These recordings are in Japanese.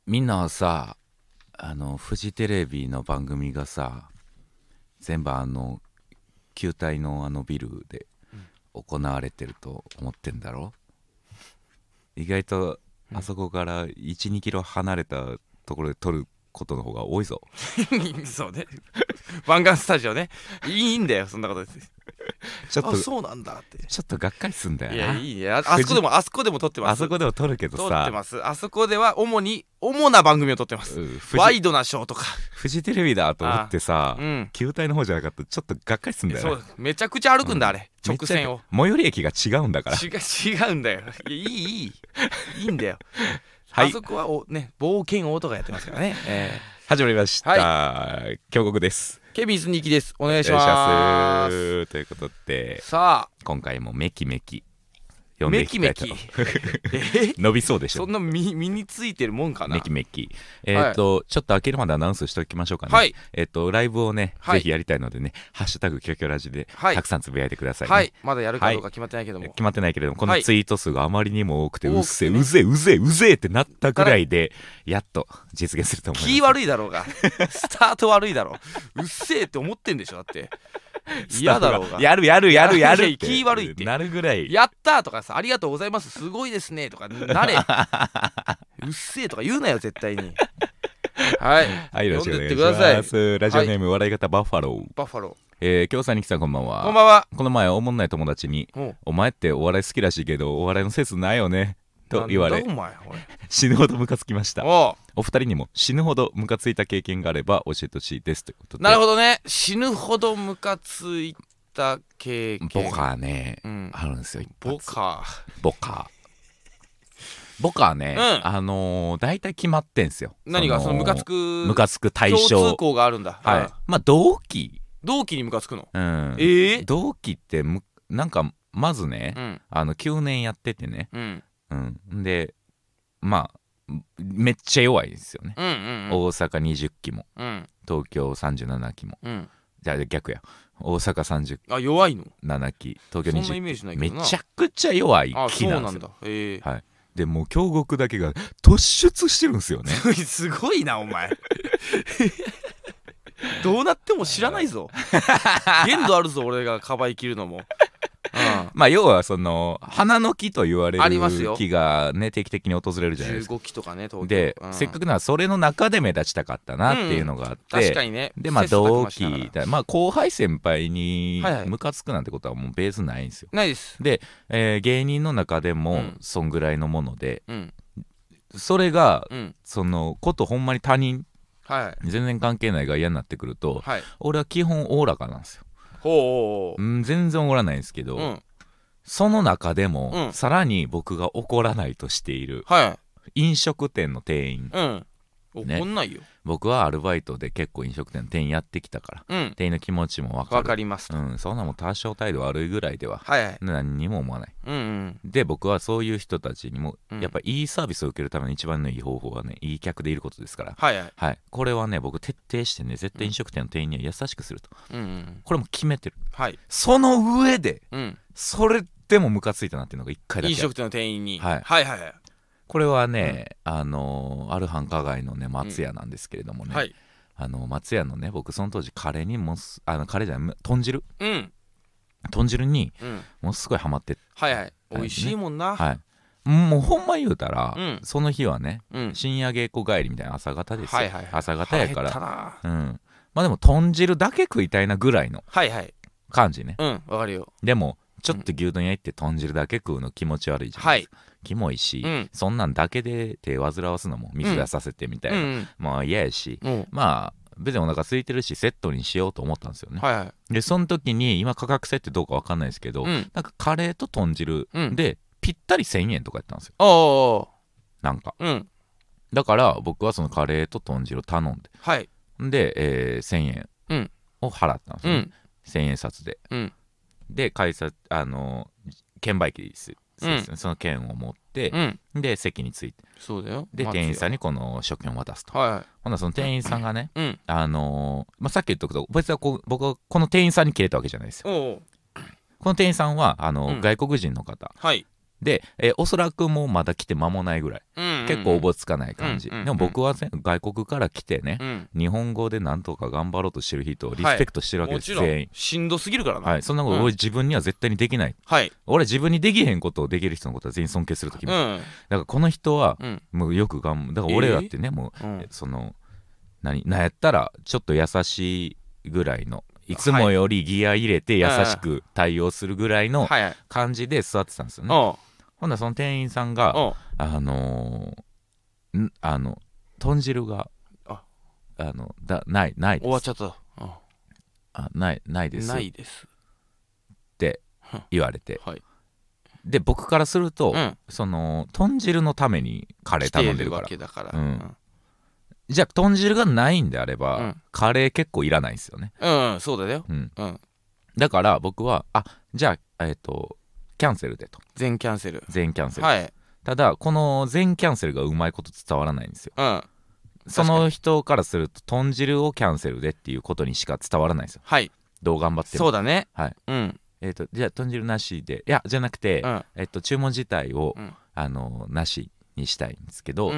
みんなはさ、フジテレビの番組がさ、全部球体のビルで行われてると思ってんだろ。意外とあそこから1、2キロ離れたところで撮ることの方が多いぞ。 そうね。湾岸スタジオね。いいんだよ、そんなことです。 ちょっとそうなんだって。 ちょっとがっかりすんだよな。 いや、いいね。あそこでも撮ってます。 あそこでも撮るけどさ、 撮ってます。あそこでは主な番組を撮ってます。ワイドなショーとか。 フジテレビだと思ってさ、 うん球体の方じゃなかったらちょっとがっかりすんだよね。 そう、めちゃくちゃ歩くんだ、あれ。直線を。 最寄り駅が違うんだから。 違うんだよ。いいんだよ。 はい、 あそこは冒険王とかやってますからね。 始まりました、京極です。 ケビンスニキです。お願いします。 ということで、 さあ今回もメキメキ読んでいきたいと。伸びそうでしょ。 そんな身についてるもんかな。 メキメキ。ちょっと開けるまでアナウンスしておきましょうかね。 はい。 ライブをね、 はい、 ぜひやりたいのでね、ハッシュタグキョキョラジでたくさんつぶやいてくださいね。 はい。まだやるかどうか決まってないけども。 決まってないけれども、このツイート数があまりにも多くて、うぜえってなったぐらいで、やっと実現すると思います。 気悪いだろうが。スタート悪いだろう。うっせえって思ってんでしょ、だって。嫌だろうが。 やるって気悪いってなるぐらい。 やったーとかさ、ありがとうございます、すごいですねとかなれ。うっせえとか言うなよ、絶対に。はい、 よろしくお願いします。 ラジオネーム、笑い方バッファロー。京さんにきさん、こんばんは。 こんばんは。 この前おもんない友達に、お前ってお笑い好きらしいけどお笑いのセンスないよねと言われ、死ぬほどムカつきました。お二人にも死ぬほどムカついた経験があれば教えてほしいですということで。 なるほどね。死ぬほどムカついた経験。 ボカーね、あるんですよ。 ボカーね、大体決まってんすよ。 何がそのムカつく対象、 共通項があるんだ。 はい。まあ同期にムカつくの。 同期ってなんかまずね、9年やっててね、でまあめっちゃ弱いですよね。大阪20期も、東京37期も、じゃあ逆や、大阪弱いの 7期、東京20期、めめちゃくちゃ弱い期なんですよ。はい。でもう京極だけが突出してるんですよね。 すごいなお前。どうなっても知らないぞ。限度あるぞ、俺がかばいきるのも。 まあ要はその花の木と言われる木がね定期的に訪れるじゃないですか。 15期とかね、東京で、せっかくならそれの中で目立ちたかったなっていうのがあって、 確かにね。 でまあ同期まあ後輩先輩にムカつくなんてことはもうベースないんですよ。 ないです。 で、芸人の中でもそんぐらいのもので、それがそのことほんまに他人、全然関係ないが嫌になってくると、俺は基本おおらかなんですよ。全然怒らないんですけど、その中でも、さらに僕が怒らないとしている、飲食店の店員、 怒んないよ。 僕はアルバイトで結構飲食店の店員やってきたから、店員の気持ちも分かります。 そんなもん多少態度悪いぐらいでは、何にも思わない。で僕はそういう人たちにも、やっぱいいサービスを受けるための一番のいい方法はね、いい客でいることですから、これはね僕徹底してね、絶対飲食店の店員には優しくすると、これも決めてる。その上で、それでもムカついたなっていうのが1回だけ。 飲食店の店員に。 これはね、ある繁華街のね松屋なんですけれどもね、松屋のね、僕その当時カレーにカレーじゃない、豚汁にものすごいハマって、 美味しいもんな。 もうほんま言うたら、その日はね、深夜稽古帰りみたいな朝方ですよ。朝方やから、まあでも豚汁だけ食いたいなぐらいの感じね。 わかるよ。 でもちょっと牛丼屋行って豚汁だけ食うの気持ち悪いじゃないですか。キモいし、そんなんだけで手煩わすのも水出させてみたいな、まあ嫌やし、まあ別にお腹空いてるしセットにしようと思ったんですよね。でその時に今価格設定どうか分かんないですけど、なんかカレーと豚汁でぴったり1000円とかやったんですよ。なんか、だから僕はそのカレーと豚汁を頼んで、で、1000円を払ったんですよね。1000円札で、で券売機ですその券を持って、で席に着いて、で店員さんにこの食券を渡すと。ほんならその店員さんがね、さっき言っとくと、別は僕はこの店員さんに切れたわけじゃないですよ。この店員さんは外国人の方で、おそらくもうまだ来て間もないぐらい結構おぼつかない感じ、でも僕は外国から来てね、日本語でなんとか頑張ろうとしてる人をリスペクトしてるわけです、全員。 しんどすぎるからな。 そんなこと俺自分には絶対にできない。俺自分にできへんことをできる人のことは全員尊敬するときも、だからこの人はもうよくだから俺だってね、もうそのなんやったらちょっと優しいぐらいの、いつもよりギア入れて優しく対応するぐらいの感じで座ってたんですよね。ほんならその店員さんが豚汁がないです、 終わっちゃった、 ないですって言われて、 はい、 で僕からすると、その豚汁のためにカレー頼んでるから、じゃあ豚汁がないんであれば、カレー結構いらないんですよね。 そうだよ、 だから僕はじゃあキャンセルでと。 全キャンセル。 ただこの全キャンセルがうまいこと伝わらないんですよ。その人からすると豚汁をキャンセルでっていうことにしか伝わらないんですよ。どう頑張っても。 そうだね。 じゃあ豚汁なしで、いやじゃなくて、注文自体を、なしにしたいんですけど、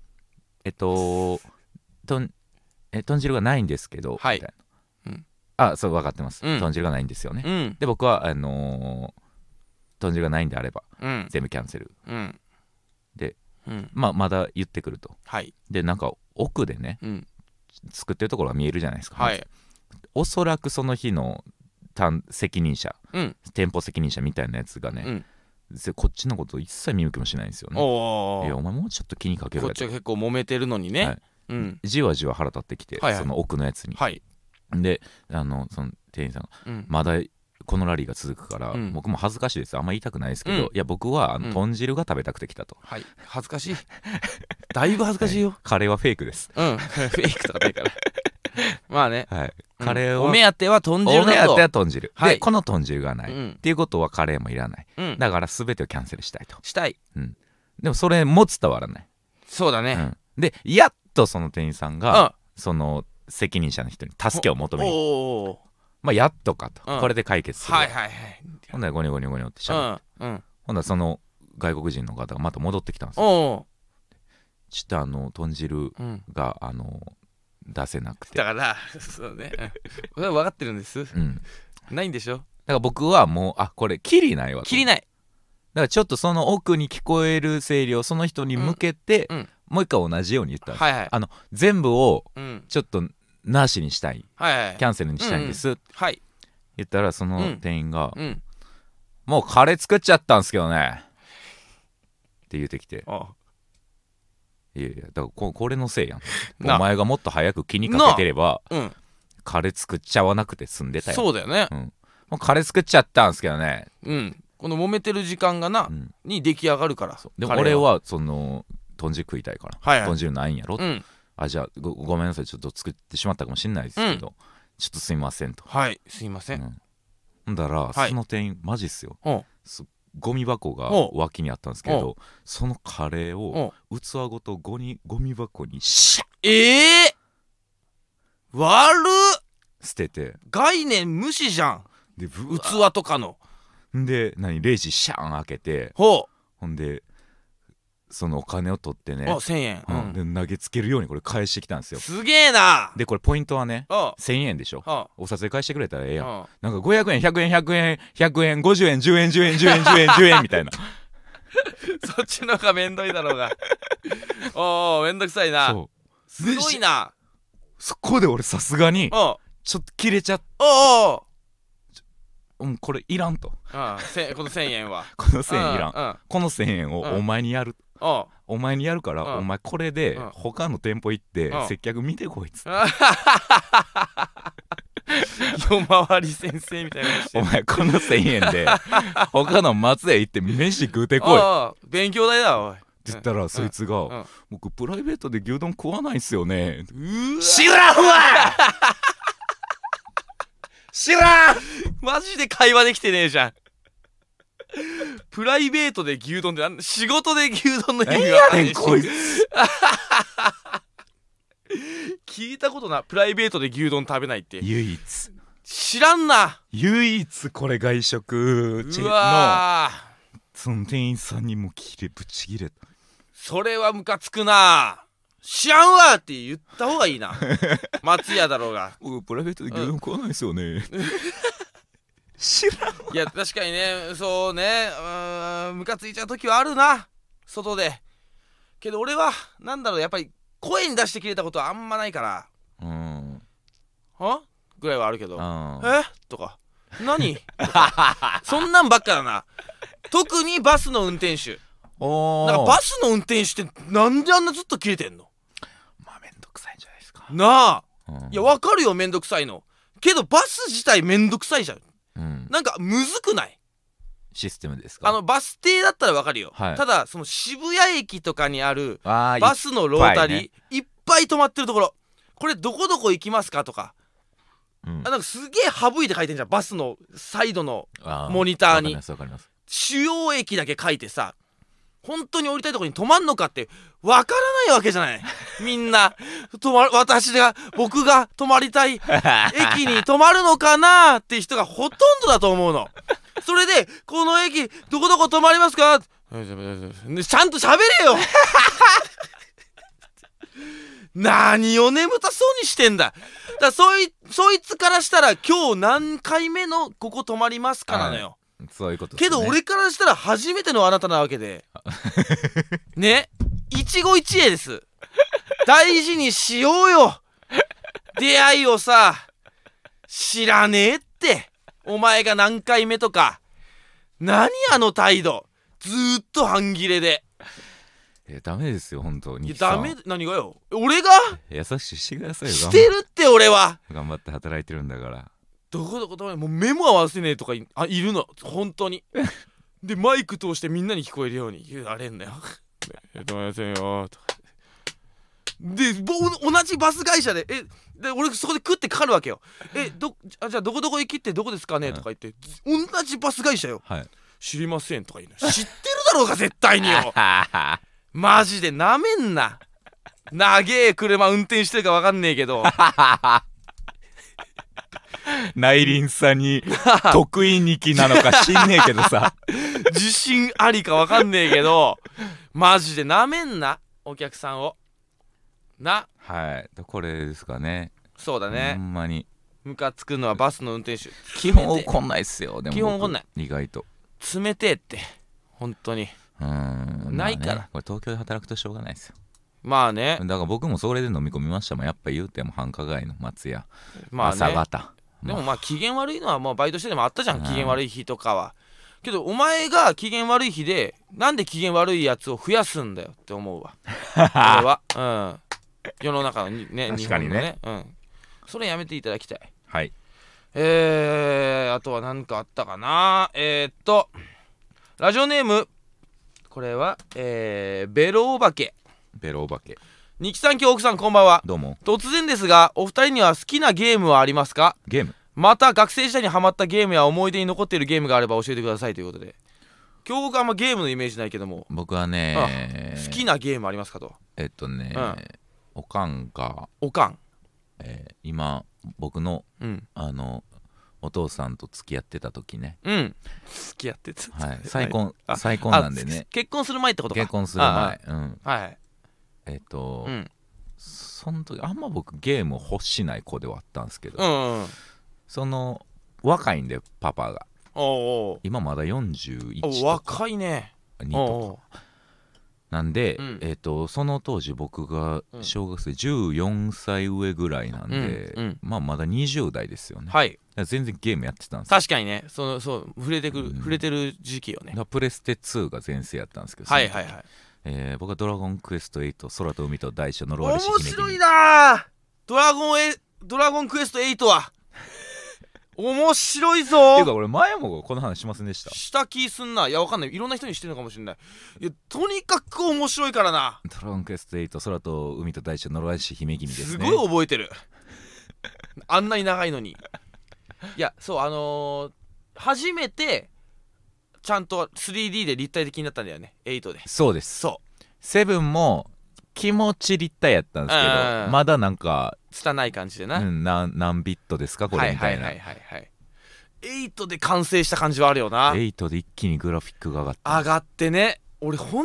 豚汁がないんですけど、みたいな。そう分かってます、豚汁がないんですよね。で僕は豚汁がないんであれば、全部キャンセル、で、まだ言ってくると、でなんか奥でね、作ってるところが見えるじゃないですか、おそらくその日の責任者、店舗責任者みたいなやつがね、こっちのこと一切見向きもしないんですよね。いやお前もうちょっと気にかけろよ。 こっちは結構揉めてるのにね、 じわじわ腹立ってきて、その奥のやつに、でその店員さんが、まだこのラリーが続くから、僕も恥ずかしいです、あんま言いたくないですけど、いや僕は豚汁が食べたくて来たと。 恥ずかしいだいぶ恥ずかしいよ、 カレーはフェイクです。 フェイクとかないからまあね、 カレーはお目当ては豚汁だと。 お目当ては豚汁で、この豚汁がないっていうことはカレーもいらない、だから全てをキャンセルしたいと。でもそれも伝わらない。 そうだね。 でやっとその店員さんがその責任者の人に助けを求める。やっとかと、これで解決する。ほんならゴニョゴニョゴニョってしゃべって、ほんならその外国人の方がまた戻ってきたんですよ。ちょっと豚汁が出せなくて。 だからそうね、これは分かってるんです、ないんでしょ。だから僕はもうこれキリないわと。 キリない。だからちょっとその奥に聞こえる声量、その人に向けて、もう一回同じように言ったんです。全部をちょっとなしにしたい、キャンセルにしたいんです、言ったらその店員が、もうカレー作っちゃったんすけどねって言うてきて、いやいやだからこれのせいやん、お前がもっと早く気にかけてれば、カレー作っちゃわなくて済んでたよ。 そうだよね、 もうカレー作っちゃったんすけどね、 この揉めてる時間がに出来上がるから。 でも俺はその豚汁食いたいから、豚汁ないんやろ、じゃあ ごめんなさい、ちょっと作ってしまったかもしれないですけど、ちょっとすいませんと。 すいません。 ほんだら、その店員マジっすよ、ゴミ箱が脇にあったんですけど、そのカレーを器ごとゴミ箱にシャッ、 悪っ、 捨てて、 概念無視じゃん。で器とかのでレジシャン開けて、ほんでそのお金を取ってね、 1000円、 で投げつけるようにこれ返してきたんですよ。 すげえな。 でこれポイントはね、1000円でしょ、お札で返してくれたらええやん、なんか500円100円100円100円50円10円10円10円10円10円みたいなそっちの方がめんどいだろうがめんどくさいな。すごいな。 そこで俺さすがにちょっとキレちゃって、これいらんと、 この1000円はこの1000円いらん、この1000円をお前にやる、お前にやるから、お前これで他の店舗行って接客見てこいっつって、 夜回り先生みたいな。 お前この1000円で他の松屋行って飯食うてこい、勉強代だおいって言ったら、そいつが僕プライベートで牛丼食わないんすよね。 知らんわ知らん、マジで会話できてねえじゃん。プライベートで牛丼って仕事で牛丼の意味わかんねえし、こいつ聞いたことない。プライベートで牛丼食べないって。 唯一知らんな。 唯一これ外食のその店員さんにもぶち切れた。 それはムカつくな。知らんわって言った方がいいな。松屋だろうが。 僕プライベートで牛丼食わないですよね。知らんわ。 いや確かにね、そうね、ムカついちゃう時はあるな、外で。けど俺はなんだろう、やっぱり声に出して切れたことはあんまないから、はぐらいはあるけど、とか何とかそんなんばっかだな。特にバスの運転手。なんかバスの運転手ってなんであんなずっと切れてんの。 まあめんどくさいんじゃないですかなあ、いやわかるよ、めんどくさいの。けどバス自体めんどくさいじゃん。なんかむずくない？ システムですか？ バス停だったらわかるよ、ただその渋谷駅とかにあるバスのロータリーいっぱい止まってるところ、これどこどこ行きますかとか、なんかすげえ省いて書いてんじゃん、バスのサイドのモニターに。主要駅だけ書いてさ、本当に降りたいところに止まんのかってわからないわけじゃない。みんな僕が泊まりたい駅に止まるのかなって人がほとんどだと思うの。それでこの駅どこどこ止まりますか、ちゃんと喋れよ。何を眠たそうにしてんだ。だそいつからしたら今日何回目のここ止まりますかなのよ。 そういうことですね。 けど俺からしたら初めてのあなたなわけでね、一期一会です。大事にしようよ、出会いをさ。知らねえって、お前が何回目とか。何あの態度、ずーっと半切れで。 ダメですよ本当に。 ダメ。何がよ、俺が優しくしてくださいよ。 してるって俺は頑張って働いてるんだから。 どこどこもう目も合わせねえとかいるの本当に。でマイク通してみんなに聞こえるように言われんだよ。止まりませんよとか。で同じバス会社でで俺そこで食ってかかるわけよ。じゃあどこどこ行きってどこですかねとか言って、同じバス会社よ、知りませんとか言うの。知ってるだろうが絶対によ。マジでなめんな。長え車運転してるか分かんねえけど。 内輪差に得意2期なのか知んねえけどさ。 自信ありか分かんねえけど、マジでなめんなお客さんをな。 これですかね。 そうだね、 ほんまにムカつくのはバスの運転手。 基本怒んないっすよ。でも基本怒んない。 意外と冷てえって本当にないから、 これ東京で働くとしょうがないですよ。 まあね、 だから僕もそれで飲み込みましたもん。やっぱ言うても繁華街の松屋、 朝方。 でもまあ機嫌悪いのはもうバイトしてでもあったじゃん、機嫌悪い日とかは。けどお前が機嫌悪い日でなんで機嫌悪いやつを増やすんだよって思うわ。俺は世の中のね、日本のね、それやめていただきたい。あとは何かあったかな。ラジオネーム、これはベロお化け。ニキさん、今日奥さんこんばんは。 どうも。 突然ですがお二人には好きなゲームはありますか？ ゲーム、 また学生時代にハマったゲームや思い出に残っているゲームがあれば教えてくださいということで。今日僕はあんまゲームのイメージないけども、 僕はね、 好きなゲームありますかと。 おかんが今僕のお父さんと付き合ってた時ね、 付き合ってた、 再婚なんでね。 結婚する前ってことか。 結婚する前、 その時あんま僕ゲームを欲しない子ではあったんですけど、その若いんでパパが今まだ41とか若いね 2とかなんで、その当時僕が小学生14歳上ぐらいなんで、まだ20代ですよね。全然ゲームやってたんですよ。 確かにね、そう触れてる時期よね。 プレステ2が全盛やったんですけど、僕はドラゴンクエスト8、空と海と大地と呪われし姫君。 面白いなドラゴンクエスト8は。面白いぞ。 っていうか俺前もこの話しませんでした？ した気すんな。いやわかんない、いろんな人にしてるのかもしれない。いやとにかく面白いからな。 ドラゴンクエスト8、空と海と大地と呪われし姫君ですね。 すごい覚えてる。あんなに長いのに。いやそう初めてちゃんと 3D で立体的になったんだよね、8で。 そうです。7も気持ち立体やったんですけど、まだなんか拙い感じでな、 何ビットですかこれみたいな。 8で完成した感じはあるよな。 8で一気にグラフィックが上がってね。俺ほんと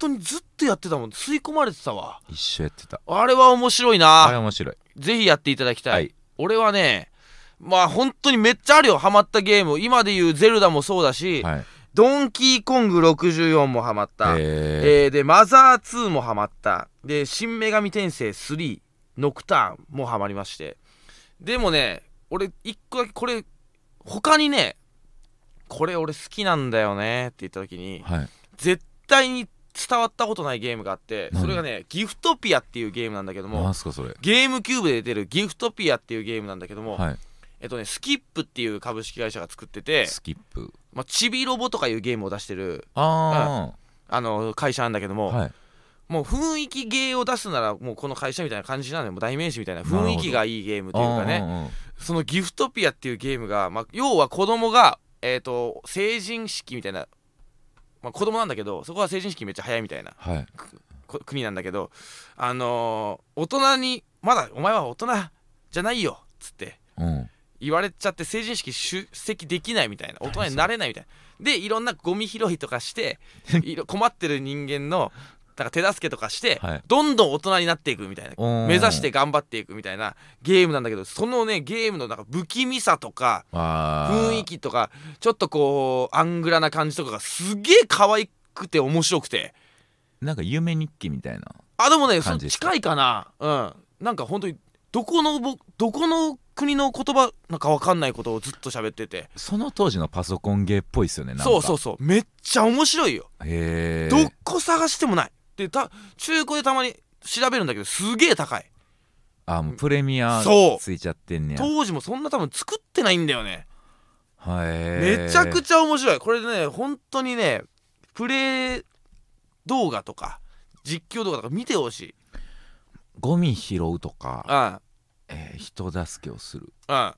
当にずっとやってたもん。吸い込まれてたわ。 一緒やってた。 あれは面白いな。 あれ面白い。 ぜひやっていただきたい、 はい、 俺はねまあ本当にめっちゃあるよ、ハマったゲーム。今でいうゼルダもそうだし、 はい、 ドンキーコング64もハマった、でマザー2もハマった、で新女神転生3ノクターンもハマりまして、でもね俺一個だけこれ他にねこれ俺好きなんだよねって言った時に、 はい、 絶対に伝わったことないゲームがあって、それがねギフトピアっていうゲームなんだけども、 なんすかそれ。 ゲームキューブで出るギフトピアっていうゲームなんだけども、 はい、 スキップっていう株式会社が作ってて、 スキップ、 まあ、チビロボとかいうゲームを出してる会社なんだけども、はい、もう雰囲気ゲーを出すならもうこの会社みたいな感じなのよ。もう代名詞みたいな雰囲気がいいゲームというかね、そのギフトピアっていうゲームが、まあ、要は子供が、成人式みたいな、まあ、子供なんだけどそこは成人式めっちゃ早いみたいな、 はい、 国なんだけど、大人にまだお前は大人じゃないよっつって、言われちゃって成人式出席できないみたいな、大人になれないみたいなで、いろんなゴミ拾いとかして困ってる人間のなんか手助けとかして、はい、どんどん大人になっていくみたいな、目指して頑張っていくみたいなゲームなんだけど、そのねゲームのなんか不気味さとか雰囲気とかちょっとこうアングラな感じとかがすげえ可愛くて面白くて、 なんか夢日記みたいな。 でもね近いかな。なんか本当にどこの国の言葉なんか分かんないことをずっと喋ってて、 その当時のパソコンゲーっぽいっすよね。なんかそうめっちゃ面白いよ。 へえ。 どこ探してもないで、中古でたまに調べるんだけどすげえ高い。 もうプレミアついちゃってんねや。 当時もそんな多分作ってないんだよね。 めちゃくちゃ面白い。これでね本当にねプレイ動画とか実況動画とか見てほしい。 ゴミ拾うとか、人助けをするとか、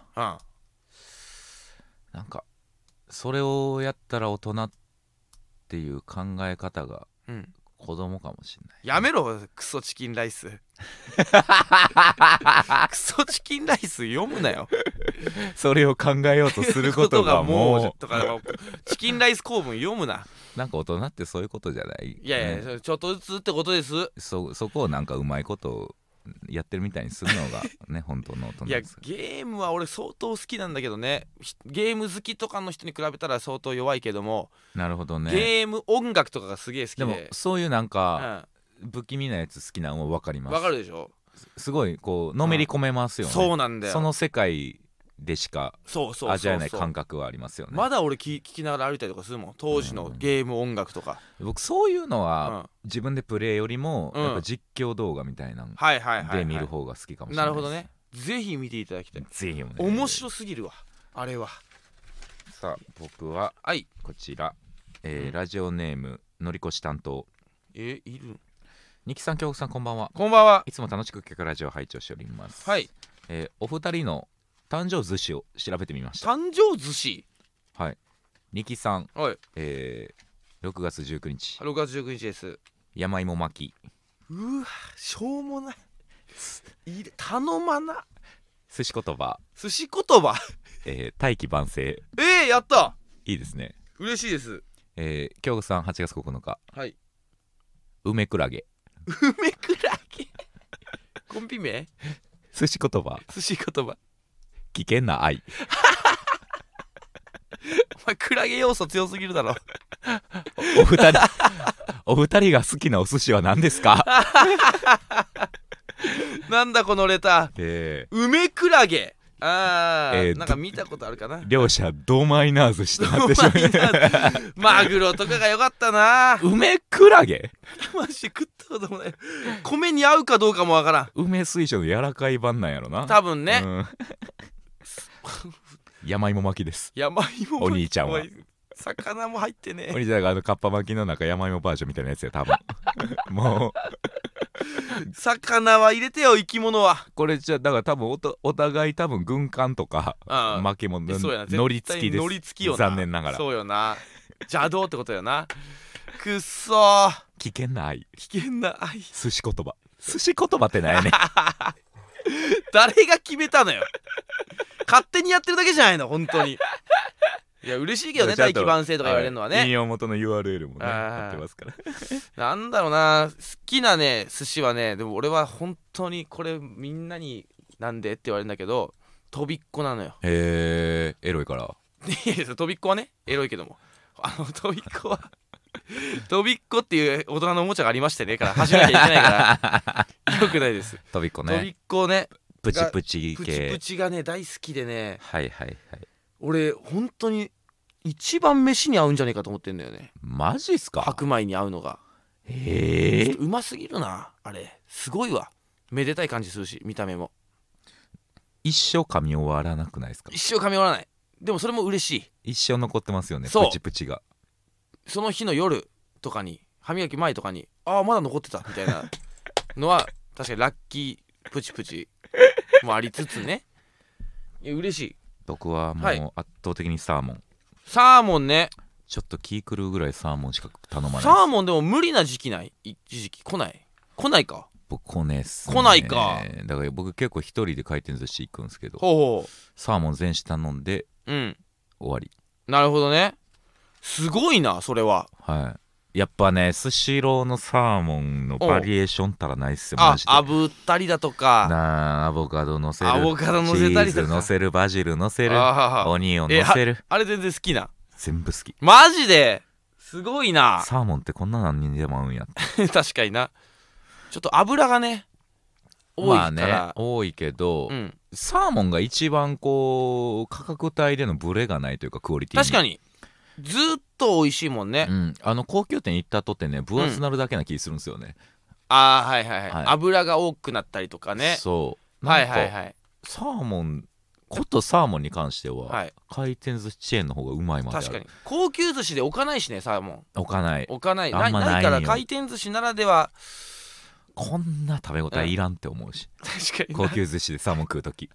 なんかそれをやったら大人っていう考え方が子供かもしれない。 やめろクソチキンライスクソチキンライス読むなよそれを考えようとすることがもうとかチキンライス構文読むな。 なんか大人ってそういうことじゃない。 いやいや、ちょっとずつってことです。 そこをなんかうまいことをやってるみたいにするのがね本当の大人です。 いやゲームは俺相当好きなんだけどね。ゲーム好きとかの人に比べたら相当弱いけども。 なるほどね。 ゲーム音楽とかがすげえ好きで。 でもそういうなんか、不気味なやつ好きなのも分かります。 分かるでしょ。 すごいこうのめり込めますよね。 そうなんだよ。 その世界でしか味わえない感覚はありますよね。 まだ俺聞きながら歩いたりとかするもん、当時のゲーム音楽とか。 僕そういうのは、自分でプレイよりもやっぱ実況動画みたいなので見る方が好きかもしれないです。 なるほどね。ぜひ見ていただきたい。 ぜひ面白すぎるわあれは。 さあ僕はこちら、ラジオネームのりこし担当。 いる。 ニキさん京極さんこんばんは。 こんばんは。 いつも楽しく聞くラジオを拝聴しております。 はい。 お二人の誕生寿司を調べてみました。 誕生寿司。 はい。ニキさん、 はい。 6月19日。 6月19日です。 山芋巻き。 うわ、しょうもない。頼まな。 寿司言葉。 寿司言葉。 大器晩成。 やった。 いいですね。 嬉しいです。 京極さん8月9日。 はい。 梅クラゲ。 梅クラゲ。コンビ名？ 寿司言葉。 寿司言葉。 危険な愛。 お前クラゲ要素強すぎるだろ。 お二人が好きなお寿司は何ですか？ なんだこのレター。梅クラゲ。なんか見たことあるかな。 両者ドマイナー寿司となってしまう。 マグロとかがよかったな。 梅クラゲマジで食ったこともない。米に合うかどうかもわからん。 梅水晶の柔らかい版なんやろな多分ね、 山芋巻きです。 山芋巻き。 お兄ちゃんは魚も入ってね。 お兄ちゃんがカッパ巻きの中山芋バージョンみたいなやつや多分。もう魚は入れてよ、生き物は。 これじゃだから多分お互い多分軍艦とか負けものり付きです。 のり付きよな。 残念ながら。 そうよな。邪道ってことよな。くっそー。 危険な愛。 危険な愛。 寿司言葉。寿司言葉ってなんやねん。 誰が決めたのよ。勝手にやってるだけじゃないの本当に。 いや嬉しいけどね、大器晩成とか言われるのはね。 引用元の URL もね貼ってますからなんだろうな、好きなね寿司はね、でも俺は本当にこれみんなになんでって言われるんだけど、とびっこなのよ。 エロいから。 いやとびっこはねエロいけども、とびっこはとびっこっていう大人のおもちゃがありましてね、から走らなきゃいけないからよくないです。 とびっこね。 とびっこね、 プチプチ系、 プチプチがね大好きでね。 はいはいはい。 俺本当に一番飯に合うんじゃねえかと思ってんだよね。 マジっすか。 白米に合うのが。 へえ。 うますぎるなあれ。すごいわ。めでたい感じするし、見た目も。 一生噛み終わらなくないですか。 一生噛み終わらない。でもそれも嬉しい。 一生残ってますよね、プチプチが。 その日の夜とかに、歯磨き前とかに、ああまだ残ってたみたいなのは確かにラッキープチプチもありつつね。いや嬉しい。 僕はもう圧倒的にサーモン。 サーモンね。 ちょっと気狂うぐらいサーモンしか頼まない。 サーモンでも無理な時期ない？一時期来ないか。 僕来ねえっすね。 来ないか。 だから僕結構一人で回転寿司行くんですけど、 ほうサーモン全種頼んで、終わり。 なるほどね。すごいなそれは。 はい。やっぱね、スシローのサーモンのバリエーションたらないっすよ、マジで。 炙ったりだとかアボカドのせる、 アボカドのせたりとか、 チーズのせる、バジルのせる、オニオンのせる。 あれ全然好きな。 全部好き。 マジですごいな。 サーモンってこんな何にでも合うんや確かにな。ちょっと油がね多いから、まあね、 多いけど、サーモンが一番こう価格帯でのブレがないというか、クオリティに。 確かにずっと美味しいもんね。 高級店行ったとってね、分厚なるだけな気するんですよね。 はいはいはい。油が多くなったりとかね。 そう。 はいはいはい。 サーモンことサーモンに関しては、回転寿司チェーンの方がうまいまである。 確かに高級寿司で置かないしね、サーモン置かないないから回転寿司ならでは。 こんな食べ応えいらんって思うし、 確かに高級寿司でサーモン食うとき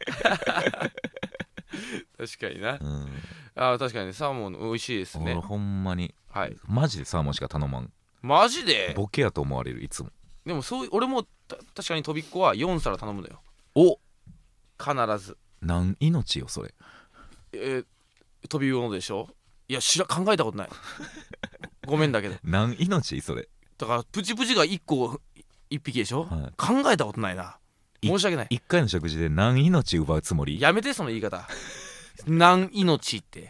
確かにな、確かにサーモン美味しいですね。 俺ほんまに、マジでサーモンしか頼まん。 マジでボケやと思われる、いつも。でもそう、俺も確かにとびっこは4皿頼むのよ。必ず。 何命よそれ。 飛び魚のでしょ。いや考えたことないごめんだけど。 何命それ。 だからプチプチが1匹でしょ、考えたことないな。申し訳ない。 1回の食事で何命奪うつもり。 やめてその言い方何命って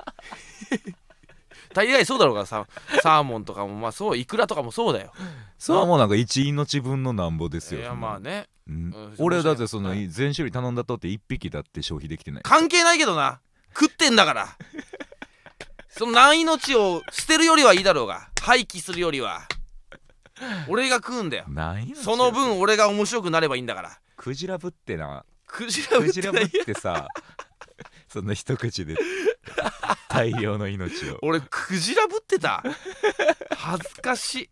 大概そうだろうからさ。サーモンとかもまあそう、イクラとかもそうだよ。 サーモンなんか1命分のなんぼですよ。 いやまあね、 俺だってその全種類頼んだとって1匹だって消費できてない。 関係ないけどな、食ってんだからその何命を捨てるよりはいいだろうが、廃棄するよりは俺が食うんだよ。その分俺が面白くなればいいんだから。 クジラぶってな。 クジラぶってさそんな一口で大量の命を。 俺クジラぶってた恥ずかし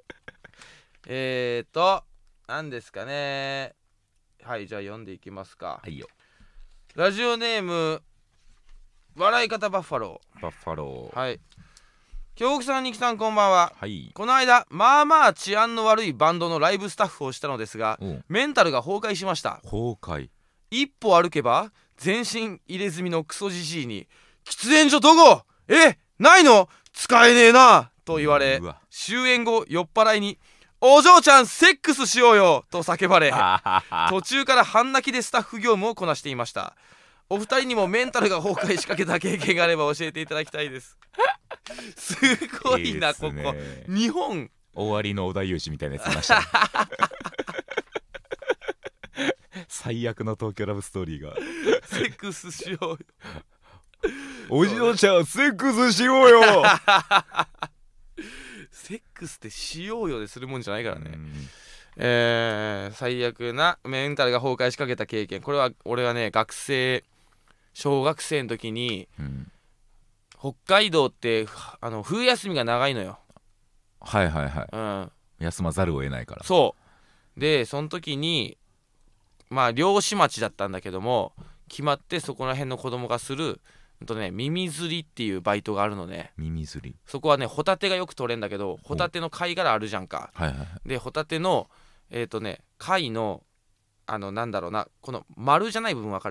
い。何ですかね。はい、じゃあ読んでいきますか。 はいよ。 ラジオネーム笑い方バッファロー。 はい。京極さん、ニキさん、こんばんは。 はい。 この間まあまあ治安の悪いバンドのライブスタッフをしたのですが、メンタルが崩壊しました。一歩歩けば全身入れ墨のクソじじいに喫煙所どこないの使えねえなと言われ、終演後酔っ払いにお嬢ちゃんセックスしようよと叫ばれ途中から半泣きでスタッフ業務をこなしていました。お二人にもメンタルが崩壊しかけた経験があれば教えていただきたいですすごいな、ここ日本終わりの織田裕二みたいなやついましたね最悪の東京ラブストーリーがセックスしようよお嬢ちゃんセックスしようよセックスってしようよでするもんじゃないからね。最悪なメンタルが崩壊しかけた経験。これは俺はね、小学生の時に、北海道って冬休みが長いのよ。 休まざるを得ないから。 そうで、その時にまあ漁師町だったんだけども、決まってそこら辺の子供がする耳釣りっていうバイトがあるのね。 耳釣り。 そこはね、ホタテがよく取れんだけど、ホタテの貝殻あるじゃんか。でホタテの貝のなんだろうな、この丸じゃない部分わかる？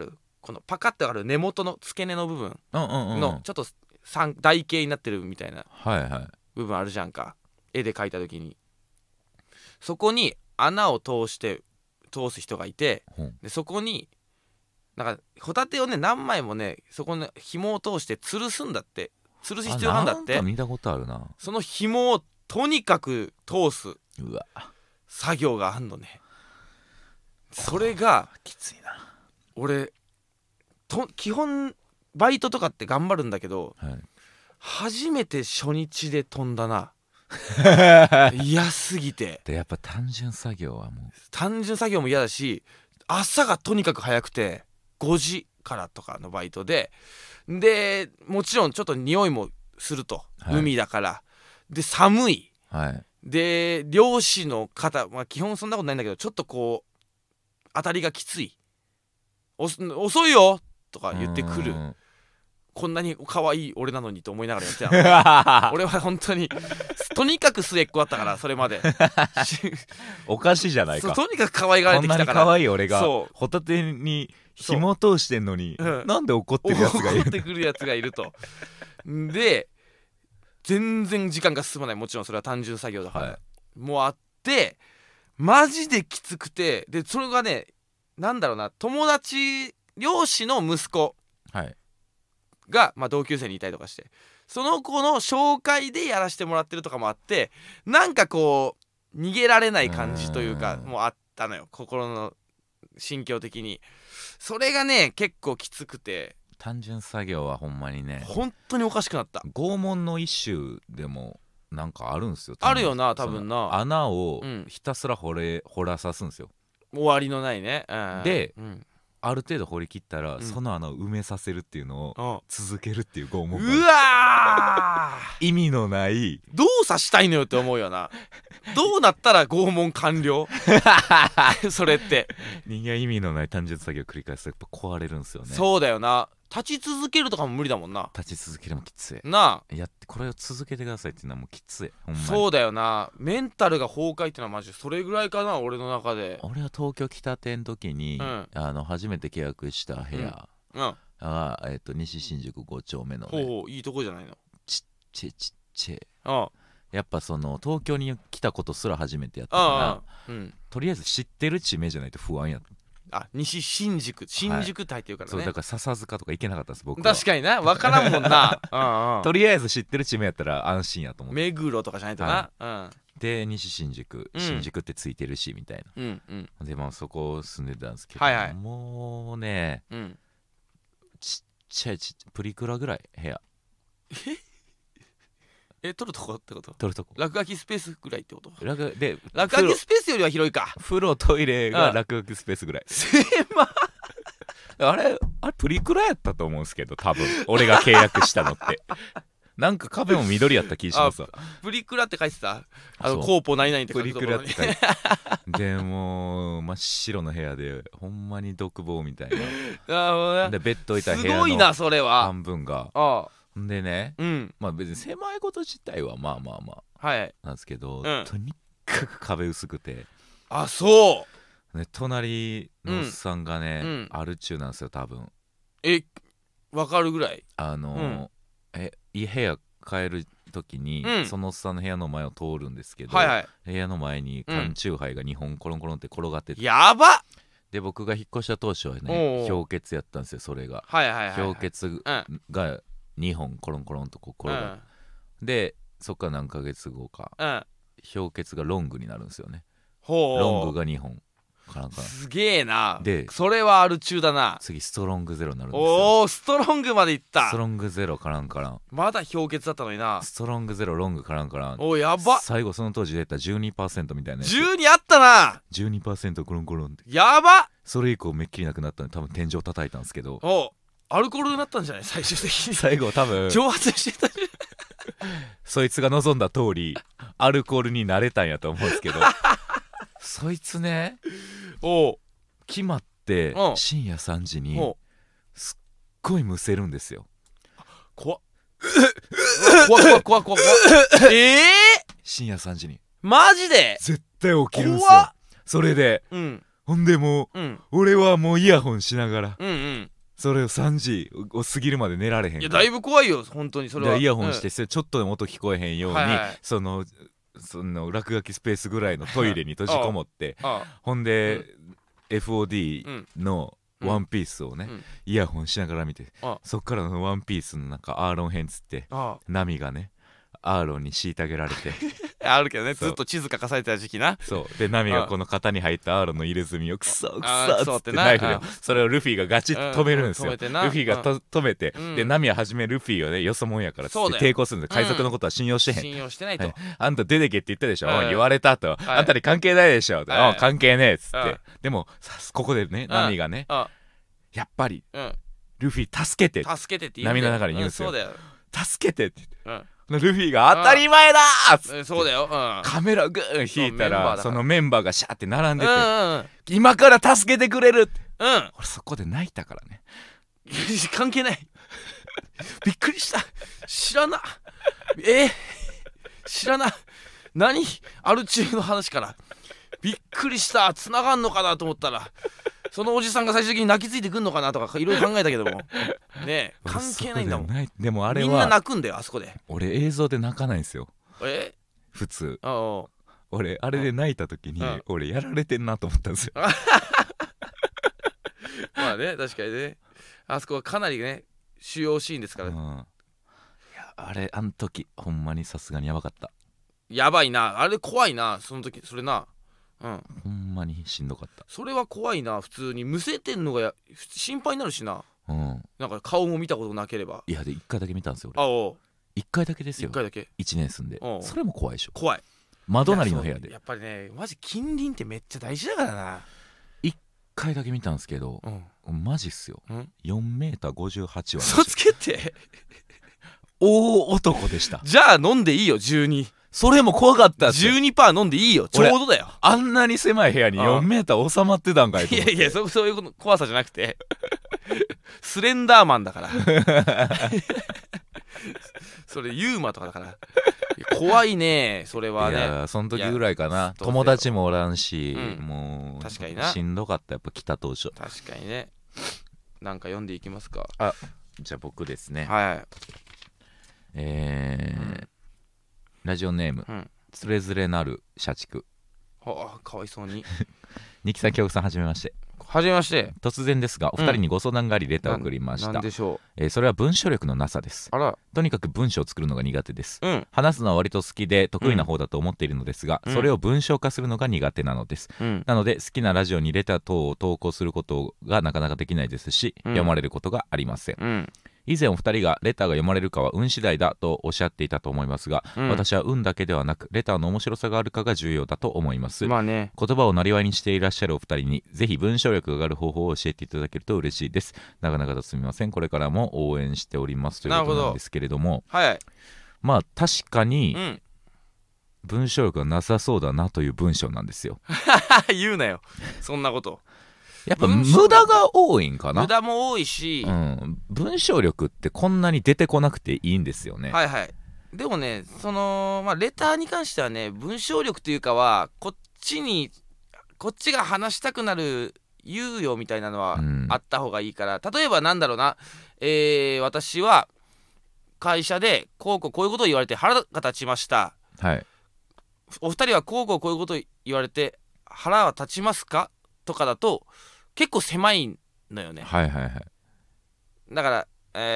このパカッとある根元の付け根の部分のちょっと台形になってるみたいな部分あるじゃんか、絵で描いた時に。そこに穴を通す人がいて、でそこになんかホタテをね何枚もねそこに紐を通して吊るすんだって、吊るす必要なんだって。 なんか見たことあるな。 その紐をとにかく通す作業があんのね。それがきついな。 俺基本バイトとかって頑張るんだけど、初めて初日で飛んだな。嫌すぎて。 でやっぱ単純作業も嫌だし、朝がとにかく早くて5時からとかのバイトでもちろんちょっと匂いもすると、海だからで寒い、で漁師の方、基本そんなことないんだけど、ちょっとこう当たりがきつい、遅いよとか言ってくる。こんなに可愛い俺なのにと思いながらやってた俺は本当にとにかく末っ子だったから、それまでおかしいじゃないか。 とにかく可愛がられてきたから、 こんなに可愛い俺がホタテに紐通してんのに、なんで怒ってるやつがいる、 怒ってくるやつがいると。で全然時間が進まない。もちろんそれは単純作業だから、もうあってマジできつくて、でそれがね、なんだろうな、友達漁師の息子が、同級生にいたりとかして、その子の紹介でやらせてもらってるとかもあって、なんかこう逃げられない感じというかもうあったのよ、心の心境的に。それがね結構きつくて、 単純作業はほんまにね本当におかしくなった。 拷問の一種でもなんかあるんすよ。 あるよな、多分な。 穴をひたすら掘らさすんすよ、 終わりのないね。 で、ある程度掘り切ったら、その穴を埋めさせるっていうのを続けるっていう拷問が、 うわ意味のないどうさしたいのよって思うよな。どうなったら拷問完了それって人間意味のない単純作業を繰り返すとやっぱ壊れるんすよね。 そうだよな。立ち続けるとかも無理だもんな。 立ち続けるもきついなあ。これを続けてくださいっていうのはもうきつい、ほんまに。 そうだよな。メンタルが崩壊っていうのはマジでそれぐらいかな、俺の中で。 俺は東京来たての時に、初めて契約した部屋が、西新宿5丁目のね、 いいとこじゃないの。 ちっちゃやっぱその東京に来たことすら初めてやったから、とりあえず知ってる地名じゃないと不安やった。 西新宿帯っていうからね、 そうだから笹塚とか行けなかったです僕は。 確かにな、分からんもんなとりあえず知ってる地名やったら安心やと思って。 目黒とかじゃないとな、 で西新宿ってついてるしみたいな、でそこ住んでたんですけど、もうね、ちっちゃいプリクラぐらい部屋。 撮るとこってこと？ 撮るとこ落書きスペースぐらいってこと？ 落書きスペースよりは広いか。 風呂トイレが落書きスペースぐらい。 狭あれプリクラやったと思うんですけど、多分俺が契約したのってなんか壁も緑やった気しますわ。 プリクラって書いてた？コーポ何々って書いてた。 プリクラって書いてた。でも真っ白の部屋でほんまに独房みたいな。でベッド置いた部屋の半分が。でね、別に狭いこと自体はまあなんですけど、とにかく壁薄くて。 そうね、隣のおっさんがね、アル中なんですよ多分。 わかるぐらい。 部屋帰る時に、そのおっさんの部屋の前を通るんですけど、部屋の前に缶チューハイが2本コロンコロンって転がってて、 やばっ。 で僕が引っ越した当初はね氷結やったんですよ。それが氷結が2本コロンコロンとこう転がって、でそっから何ヶ月後か、氷結がロングになるんですよね。ロングが2本すげえな。 でそれはアル中だな。 次ストロングゼロになるんですよ。 ストロングまでいった。 ストロングゼロからんまだ氷結だったのにな。 ストロングゼロロングからんやば。 最後その当時出た 12% みたいなやつ。 12あったな。 12% コロンコロンってやば。 それ以降めっきりなくなったんで多分天井叩いたんですけど、 アルコールになったんじゃない最終的に。 最後多分蒸発してたそいつが望んだ通りアルコールになれたんやと思うんですけどそいつね決まって深夜3時にすっごいむせるんですよ。 怖っ深夜3時にマジで絶対起きるんすよ。それで、ほんでもう、俺はもうイヤホンしながら、 それを3時を過ぎるまで寝られへん。 いやだいぶ怖いよ本当に。それはイヤホンして、ちょっとでも音聞こえへんように、その落書きスペースぐらいのトイレに閉じこもってほんで、FOD のワンピースをね、イヤホンしながら見て、そっからのワンピースのなんかアーロン編つって波がねアーロンに虐げられてあるけどね、ずっと地図書かされてた時期な。 そうでナミがこの型に入ったアーロンの入れ墨をクソクソっつってナイフでそれをルフィがガチッと止めるんですよ。ルフィが止めて、でナミは初めルフィをねよそもんやからっつって抵抗するんで、海賊のことは信用してへん、 信用してないと、 あんた出てけって言ったでしょ、言われたと、あんたに関係ないでしょ、関係ねえっつって、でもここでねナミがねやっぱりルフィ助けてって波の中で言うんですよ。助けてって言って、ルフィが当たり前だーっつって、 そうだよ、 カメラグーン引いたらそのメンバーがシャーって並んでて、今から助けてくれるって、俺そこで泣いたからね。 関係ないびっくりした、知らな知らな、何アル中の話からびっくりした、繋がんのかなと思ったらそのおじさんが最終的に泣きついてくんのかなとかいろいろ考えたけどもね、関係ないんだもん。 でもあれはみんな泣くんだよあそこで。 俺映像で泣かないんですよ普通。俺あれで泣いた時に俺やられてんなと思ったんですよまあね確かにね、あそこはかなりね主要シーンですから、いやあれあの時ほんまにさすがにやばかった。 やばいなあれ、怖いなその時それな、 ほんまにしんどかった。 それは怖いな、普通にむせてんのが心配になるしな、なんか顔も見たことなければ。 いやで1回だけ見たんですよ俺。1回だけですよ。 1回だけ 1年住んで、それも怖いでしょ。 怖い。 窓なりの部屋でやっぱりねマジ近隣ってめっちゃ大事だからな。 1回だけ見たんですけど、マジっすよ、4m58 は嘘つけて大男でした。 じゃあ飲んでいいよ12。 それも怖かったっすよ。 12% 飲んでいいよ、ちょうどだよ。 あんなに狭い部屋に 4m 収まってたんかいと思って。 いやそういう怖さじゃなくてスレンダーマンだからそれユーマとかだから怖いねそれはね。 いやその時ぐらいかな。友達もおらんし、もう確かになしんどかった。やっぱ来た当初。 確かにね。なんか読んでいきますか。 じゃあ僕ですね。ラジオネーム、つれづれなる社畜。 かわいそうにニキさん、京極さん、はじめまして。 はじめまして。 突然ですがお二人にご相談がありレターを送りました。 なんでしょう。それは文章力のなさです。とにかく文章を作るのが苦手です。話すのは割と好きで得意な方だと思っているのですが、それを文章化するのが苦手なのです。なので好きなラジオにレター等を投稿することがなかなかできないですし、読まれることがありません。以前お二人がレターが読まれるかは運次第だとおっしゃっていたと思いますが、私は運だけではなくレターの面白さがあるかが重要だと思います。言葉をなりわいにしていらっしゃるお二人にぜひ文章力が上がる方法を教えていただけると嬉しいです。長々とすみません。これからも応援しておりますということなんですけれども、まあ確かに、文章力がなさそうだなという文章なんですよ言うなよそんなこと。 やっぱ無駄が多いんかな。 無駄も多いし、 文章力ってこんなに出てこなくていいんですよね。 でもねレターに関してはね文章力というかはこっちが話したくなる猶予みたいなのはあった方がいいから、例えばなんだろうな、私は会社でこういうことを言われて腹が立ちました、お二人はこういうことを言われて腹は立ちますかとかだと結構狭いのよね。だから、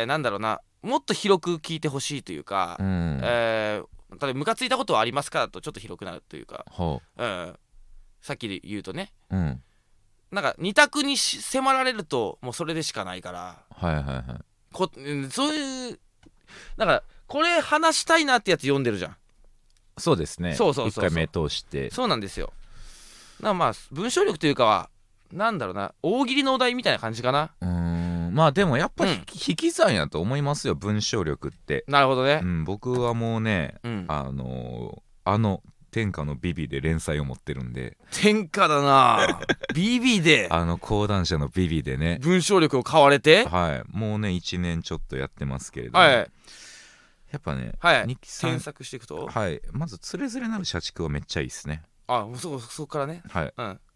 なんだろうな、もっと広く聞いてほしいというか、例えばムカついたことはありますかだとちょっと広くなるというか、さっきで言うとね、なんか二択に迫られるともうそれでしかないから、そういうだからこれ話したいなってやつ読んでるじゃん。 そうですね。1回目通してそうなんですよ。まあ文章力というかはなんだろうな、大喜利のお題みたいな感じかな。 まあでもやっぱ引き算やと思いますよ文章力って。 なるほどね。 僕はもうね、天下のビビで連載を持ってるんで。 天下だなビビで講談社のビビでね文章力を買われて、 もうね1年ちょっとやってますけれども、やっぱね、 日記添削していくと、 まずつれづれなる社畜はめっちゃいいっすね。 そこからね。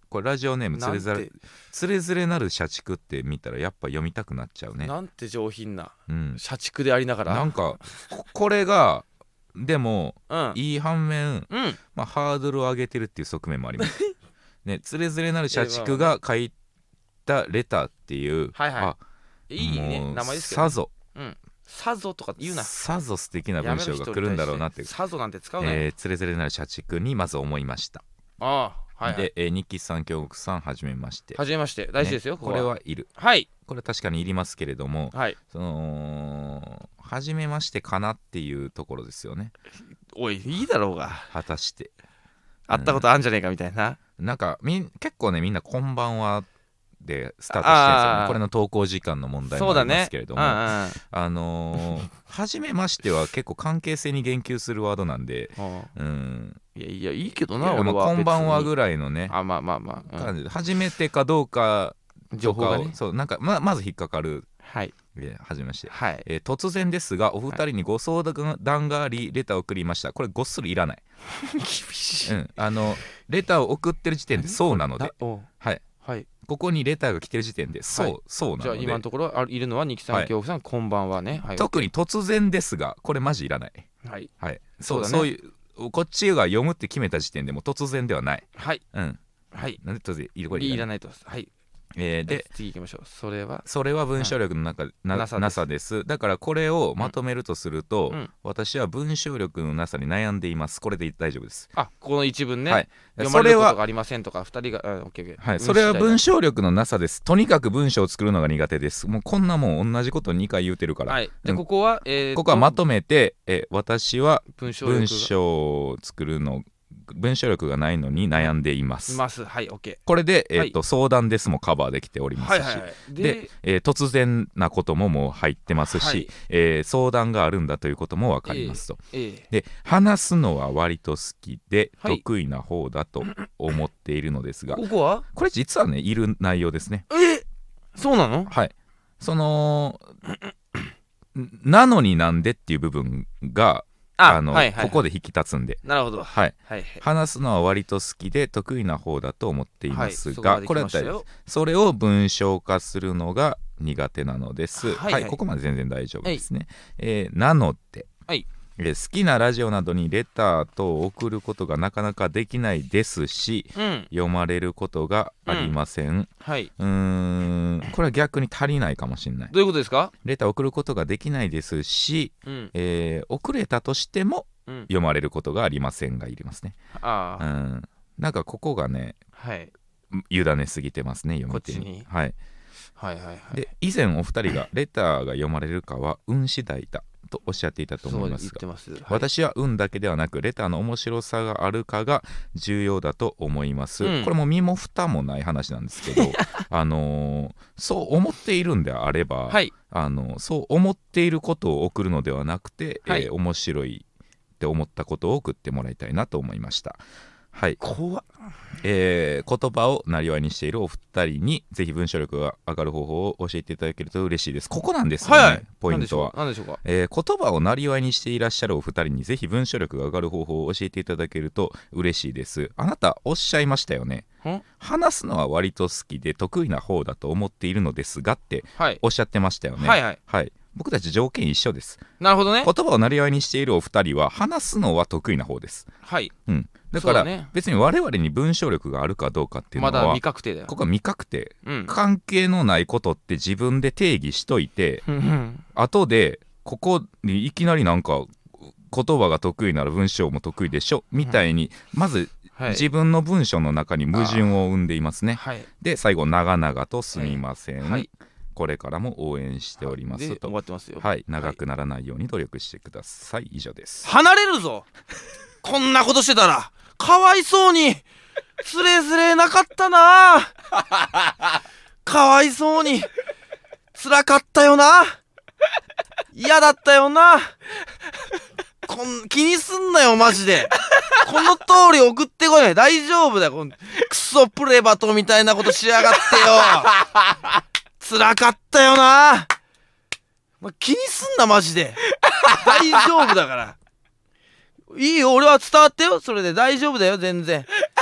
これラジオネームつれづれなる社畜って見たらやっぱ読みたくなっちゃうね。 なんて上品な、社畜でありながらなんかこれがでも、いい反面、ハードルを上げてるっていう側面もありますね。つれづれなる社畜が書いたレターっていう、 いいね名前ですけど、 さぞさぞとか言うな。 さぞ素敵な文章が来るんだろうなってさぞなんて使うね。 つれづれなる社畜にまず思いました。で、日記さん京極さんはじめまして。 はじめまして。大事ですよ、 これはいる。 はい。 これは確かにいりますけれども、そのはじめましてかなっていうところですよね。 おい、いいだろうが。 果たして会ったことあんじゃねえかみたいな。 なんか結構ね、みんなこんばんはでスタートしてるんですよね。これの投稿時間の問題もありますけれども、はじめましては結構関係性に言及するワードなんで、 いやいいけどな、俺はこんばんはぐらいのね、初めてかどうか情報がね、 そうなんかまず引っかかる。はじめまして、突然ですがお二人にご相談がありレターを送りました。これごっそりいらない。 厳しい。 レターを送ってる時点でそうなので、ここにレターが来てる時点でそうなので、 じゃあ今のところいるのはニキさん、京極さん、こんばんはね。 特に突然ですがこれマジいらない。そういうこっちが読むって決めた時点でも突然ではない。なんで突然いらないと。で次行きましょう。 それは文章力のなさです。だからこれをまとめるとすると、私は文章力のなさに悩んでいます。これで大丈夫です。 ここの一文ね、読まれることがありませんとか2人がそれは文章力のなさです。とにかく文章を作るのが苦手です。もうこんなもん同じこと2回言うてるから。 でここはまとめて、私は文章を作るの文章力がないのに悩んでいます。これで、相談ですもカバーできておりますし、で、突然なことももう入ってますし、相談があるんだということも分かりますと。で、話すのは割と好きで得意な方だと思っているのですが、これ実はねいる内容ですね。 そうなの？ そのなのになんでっていう部分がここで引き立つんで。 なるほど。 話すのは割と好きで得意な方だと思っていますが、これだったらそれを文章化するのが苦手なのです。ここまで全然大丈夫ですね。なので好きなラジオなどにレターと送ることがなかなかできないですし、読まれることがありません。これは逆に足りないかもしれない。 どういうことですか？ レターを送ることができないですし、送れたとしても読まれることがありませんがいりますね。なんかここがね、委ねすぎてますね、読み手に。で、以前お二人がレターが読まれるかは運次第だとおっしゃっていたと思いますが、私は運だけではなくレターの面白さがあるかが重要だと思います。これも身も蓋もない話なんですけどそう思っているんであれば、そう思っていることを送るのではなくて、面白いって思ったことを送ってもらいたいなと思いました。 怖っ。 言葉をなりわいにしているお二人にぜひ文章力が上がる方法を教えていただけると嬉しいです。ここなんですよね、ポイントは。 何でしょうか？ 言葉をなりわいにしていらっしゃるお二人にぜひ文章力が上がる方法を教えていただけると嬉しいです。あなたおっしゃいましたよね。話すのは割と好きで得意な方だと思っているのですがっておっしゃってましたよね。僕たち条件一緒です。 なるほどね。 言葉をなりわいにしているお二人は話すのは得意な方です。だから別に我々に文章力があるかどうかっていうのはまだ未確定だよ。 ここは未確定、関係のないことって自分で定義しといて後でここにいきなりなんか言葉が得意なら文章も得意でしょみたいにまず自分の文章の中に矛盾を生んでいますね。で最後長々とすみません、これからも応援しておりますと。長くならないように努力してください。以上です。 離れるぞこんなことしてたら。かわいそうにつれづれなかったな。かわいそうにつらかったよな。嫌だったよな。気にすんなよマジで。この通り送ってこい。大丈夫だよ。クソプレバトみたいなことしやがってよ。つらかったよな。気にすんなマジで。大丈夫だから。いいよ、俺は伝わったよ。それで大丈夫だよ全然。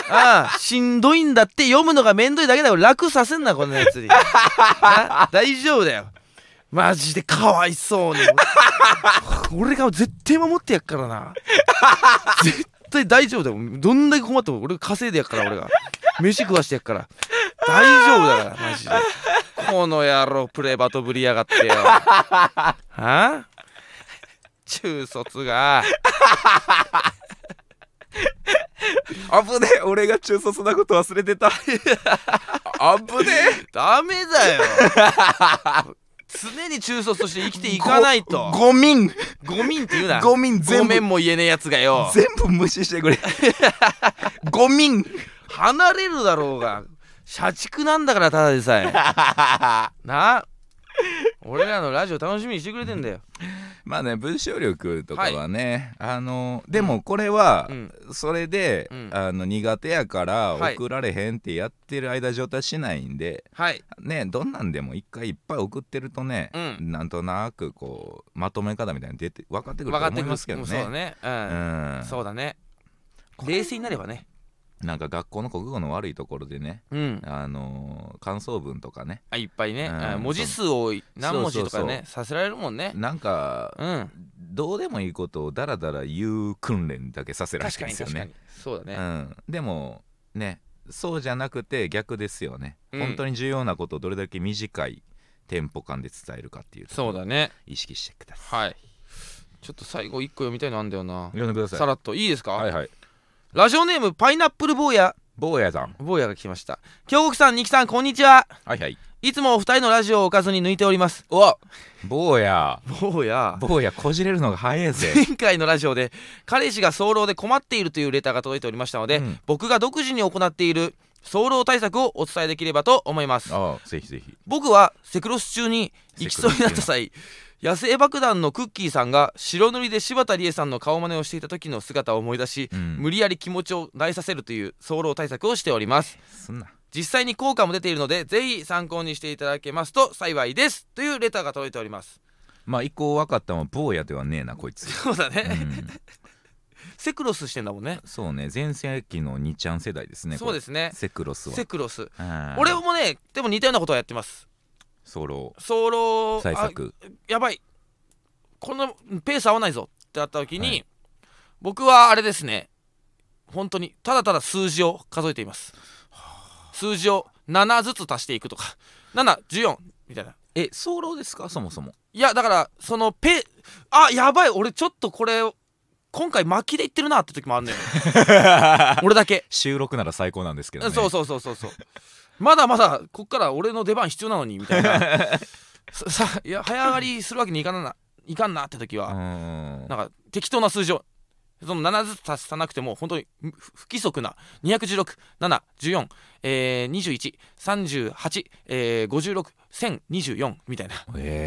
しんどいんだって読むのがめんどいだけだよ。楽させんなこんなやつに大丈夫だよマジでかわいそうに俺が絶対守ってやっからな絶対大丈夫だよ。どんだけ困っても俺が稼いでやっから。俺が飯食わしてやっから大丈夫だからマジで。この野郎プレバトぶりやがってよは中卒が危ねえ、俺が中卒なこと忘れてた危ねえダメだよ常に中卒として生きていかないと。 ゴミンって言うな。 ゴミン全部ごめんも言えねえやつがよ全部無視してくれゴミン離れるだろうが社畜なんだからただでさえな俺らのラジオ楽しみにしてくれてんだよまあね文章力とかはね、でもこれは、それで、苦手やから送られへんってやってる間状態しないんで、ねどんなんでも一回いっぱい送ってるとね、なんとなくこうまとめ方みたいに出て分かってくると思いますけどね。 そうだね、そうだね。冷静になればね。 なんか学校の国語の悪いところでね、感想文とかねいっぱいね、文字数を何文字とかねさせられるもんね。 なんか、どうでもいいことをダラダラ言う訓練だけさせられてるんですよね。 確かにそうだね、 でもねそうじゃなくて逆ですよね、本当に重要なことをどれだけ短いテンポ感で伝えるかっていうとそうだね意識してください。 ちょっと最後1個読みたいのあんだよな。 読んでください。 さらっといいですか。 はいはい。 ラジオネームパイナップル坊やさん。 坊やが来ました。京極さん、二木さん、こんにちは。 はいはい。 いつもお二人のラジオをおかずに抜いております。 お坊やこじれるのが早いぜ。 前回のラジオで彼氏が早漏で困っているというレターが届いておりましたので、僕が独自に行っている早漏対策をお伝えできればと思います。 ぜひぜひ。 僕はセクロス中に行きそうになった際、野生爆弾のクッキーさんが白塗りで柴田理恵さんの顔真似をしていた時の姿を思い出し、無理やり気持ちを萎えさせるという早漏対策をしております。実際に効果も出ているのでぜひ参考にしていただけますと幸いですというレターが届いております。 まあ一個分かったのは坊やではねえなこいつ。 そうだね、セクロスしてんだもんね。 そうね前世紀の2ちゃん世代ですね。 そうですねセクロスは。 俺もねでも似たようなことはやってます。早漏対策。 やばいこのペース合わないぞってなった時に、僕はあれですね本当にただただ数字を数えています。数字を7ずつ足していくとか714みたいな。 早漏ですかそもそも。 いやだからそのやばい俺ちょっとこれ今回巻きでいってるなって時もあるのよ俺だけ収録なら最高なんですけどね。 そうまだまだこっから俺の出番必要なのにみたいないや早上がりするわけにいかんなって時はなんか適当な数字をその7ずつ足さなくても本当に不規則な216、7、14、21、38、56、1024みたいな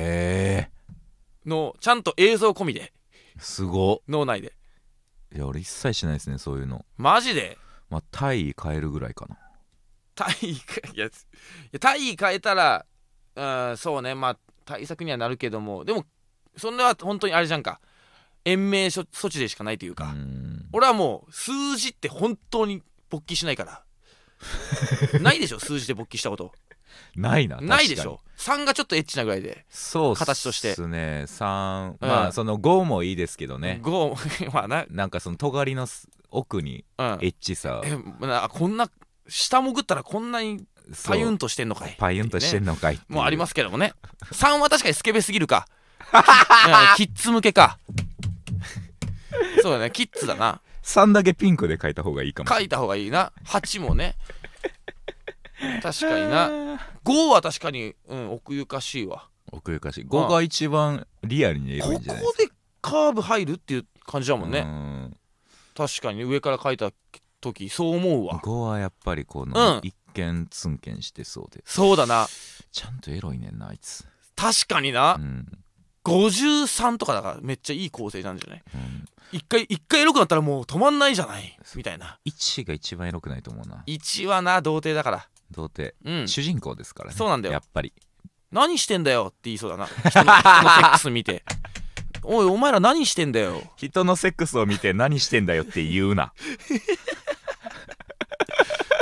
のちゃんと映像込みですご脳内で。 いや俺一切しないですねそういうの。 マジで。 まあ体位変えるぐらいかな。 体位変えたらそうねまあ対策にはなるけどもでもそれは本当にあれじゃんか延命措置でしかないというか俺はもう数字って本当に勃起しないからないでしょ数字で勃起したことないでしょ。3がちょっとエッチなぐらいで形としてそうですね3、まあその5もいいですけどね。 5まあなんかその尖りの奥にエッチさ、 こんな下潜ったらこんなにパユンとしてんのかいもうありますけどもね。3は確かにスケベすぎるかキッズ向けかそうだねキッズだな。 3だけピンクで書いた方がいいかも。 書いた方がいいな。8もね確かにな。5は確かに奥ゆかしいわ。 奥ゆかしい。5が一番リアルにエロいんじゃないですか。 ここでカーブ入るっていう感じだもんね。確かに上から書いた時そう思うわ。 5はやっぱりこの一見ツンケンしてそうで。 そうだな。 ちゃんとエロいねんなあいつ。 確かにな、53とかだからめっちゃいい構成なんじゃない、一回エロくなったらもう止まんないじゃないみたいな。 1が一番エロくないと思うな。 1はな童貞だから。 童貞、主人公ですからね。 そうなんだよやっぱり。 何してんだよって言いそうだな人のセックス見ておいお前ら何してんだよ。 人のセックスを見て何してんだよって言うな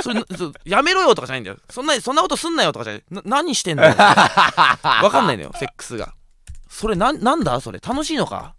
それやめろよとかじゃないんだよ。そんなことすんなよとかじゃない。何してんだよわかんないのよセックスが。それなんだそれ楽しいのか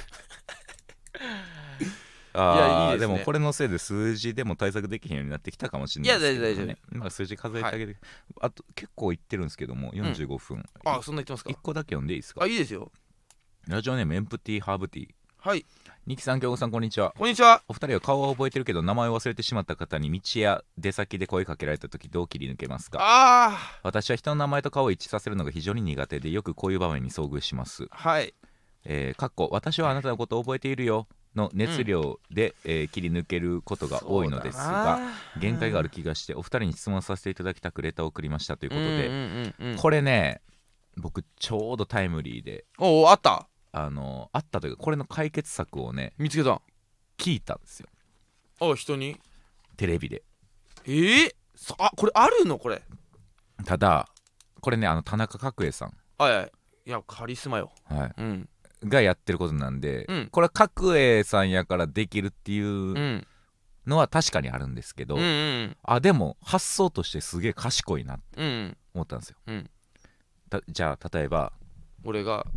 いやいいですね。でもこれのせいで数字でも対策できへんようになってきたかもしれないですけど、ね、いや大丈夫。まあ数字数えてあげて、はい、あと結構いってるんですけども45分、 あそんな言ってますか。 1個だけ読んでいいですか。 あいいですよ。 ラジオネームエンプティーハーブティー。 はい。 ニキさん、京子さん、こんにちは。 こんにちは。 お二人は顔は覚えてるけど名前を忘れてしまった方に道や出先で声かけられた時どう切り抜けますか。私は人の名前と顔を一致させるのが非常に苦手でよくこういう場面に遭遇します。 はい。 かっこ私はあなたのことを覚えているよの熱量で、切り抜けることが多いのですが、限界がある気がしてお二人に質問させていただきたくレターを送りましたということで、これね僕ちょうどタイムリーであったあったというかこれの解決策をね見つけた聞いたんですよ。 人にテレビで。 これあるのこれ。 ただこれねた中角栄さん、 いやカリスマよ、 がやってることなんで、これは角栄さんやからできるっていうのは確かにあるんですけど、でも発想としてすげえ賢いなって思ったんですよ。じゃあ例えば俺が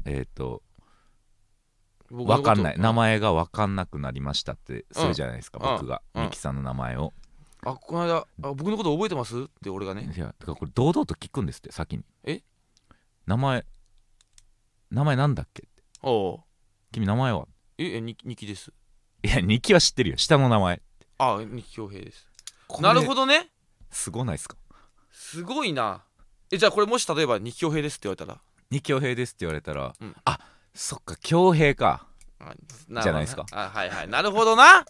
分かんない名前が分かんなくなりましたってするじゃないですか、僕がミキさんの名前を。 この間僕のこと覚えてますって俺がね。 いやだからこれ堂々と聞くんですって先に。名前なんだっけって。君名前はニキです。 いやニキは知ってるよ下の名前。 ニキ恭平です。なるほどね。 すごないですか。 すごいな。じゃあこれもし例えばニキ恭平ですって言われたらニキ恭平ですって言われたら、そっか恭平かじゃないですか。 なるほどな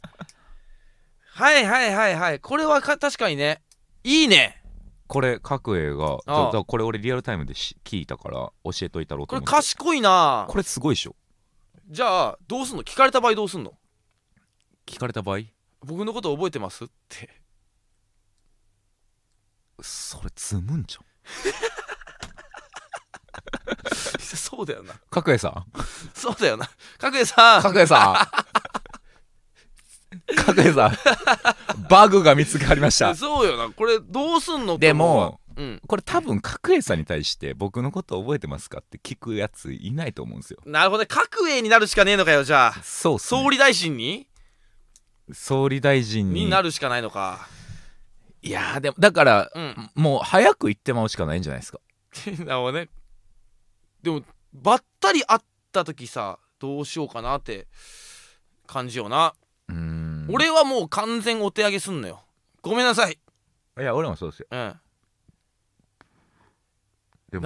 はいこれは確かにねいいね。 これ角栄がこれ俺リアルタイムで聞いたから教えといたろうと思って。 これ賢いな。 これすごいでしょ。 じゃあどうすんの。聞かれた場合どうすんの。 聞かれた場合僕のこと覚えてますってそれ積むんじゃんそうだよな角栄さん。 そうだよな角栄さん角栄さんバグが見つかりました。 そうよな。これどうすんの。 でも、これ多分角栄さんに対して僕のこと覚えてますかって聞くやついないと思うんですよ。 なるほどね。角栄になるしかねえのかよ。じゃあそうっすね、 総理大臣になるしかないのか。 いやでもだから、もう早く言ってまうしかないんじゃないですか。 なるほどね。でもばったり会った時さどうしようかなって感じよな。俺はもう完全お手上げすんのよ。ごめんなさい。 いや俺もそうですよ。 でも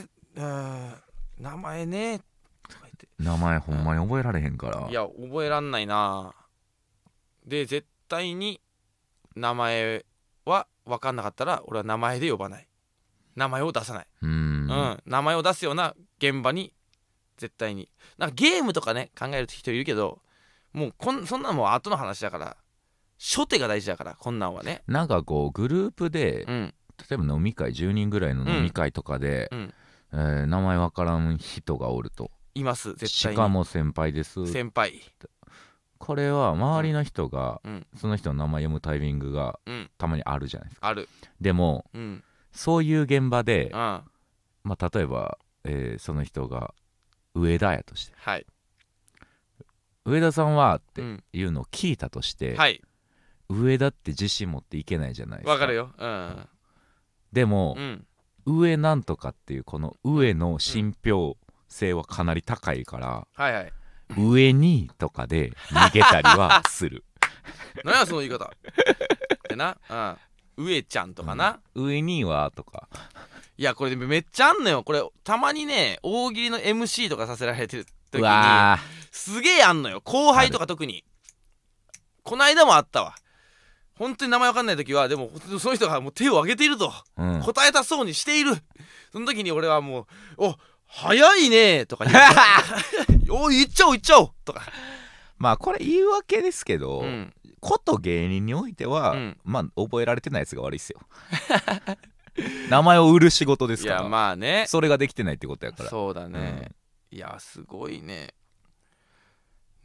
名前ねとか言って名前ほんまに覚えられへんから。 いや覚えらんないな。で絶対に名前は分かんなかったら俺は名前で呼ばない。名前を出さない。名前を出すような現場に絶対に。なんかゲームとかね考える人いるけどもうそんなのもう後の話だから初手が大事だからこんなんはね。 なんかこうグループで、例えば飲み会10人ぐらいの飲み会とかで、名前わからん人がおると。 います絶対に。 しかも先輩です。 先輩。 これは周りの人が、その人の名前読むタイミングが、たまにあるじゃないですか。 ある。 でも、そういう現場で、例えば、その人が上田やとして、上田さんはっていうのを聞いたとして、上田って自信持っていけないじゃないですか。 わかるよ。 でも、上なんとかっていうこの上の信憑性はかなり高いから、上にとかで逃げたりはする。 何やその言い方ってな。上ちゃんとかな、 上にはとか。 いやこれめっちゃあんのよ。これたまにね大喜利の MC とかさせられてる時にすげえあんのよ。後輩とか特に。こないだもあったわ。本当に名前わかんない時はでもその人がもう手を挙げていると、答えたそうにしている。その時に俺はもう「お早いね」とか言って「おい言っちゃおうとか。 まあこれ言い訳ですけど、こと芸人においては、まあ覚えられてないやつが悪いっすよ。名前を売る仕事ですから。いやまあね、 それができてないってことやから。 そうだね、いやすごいね。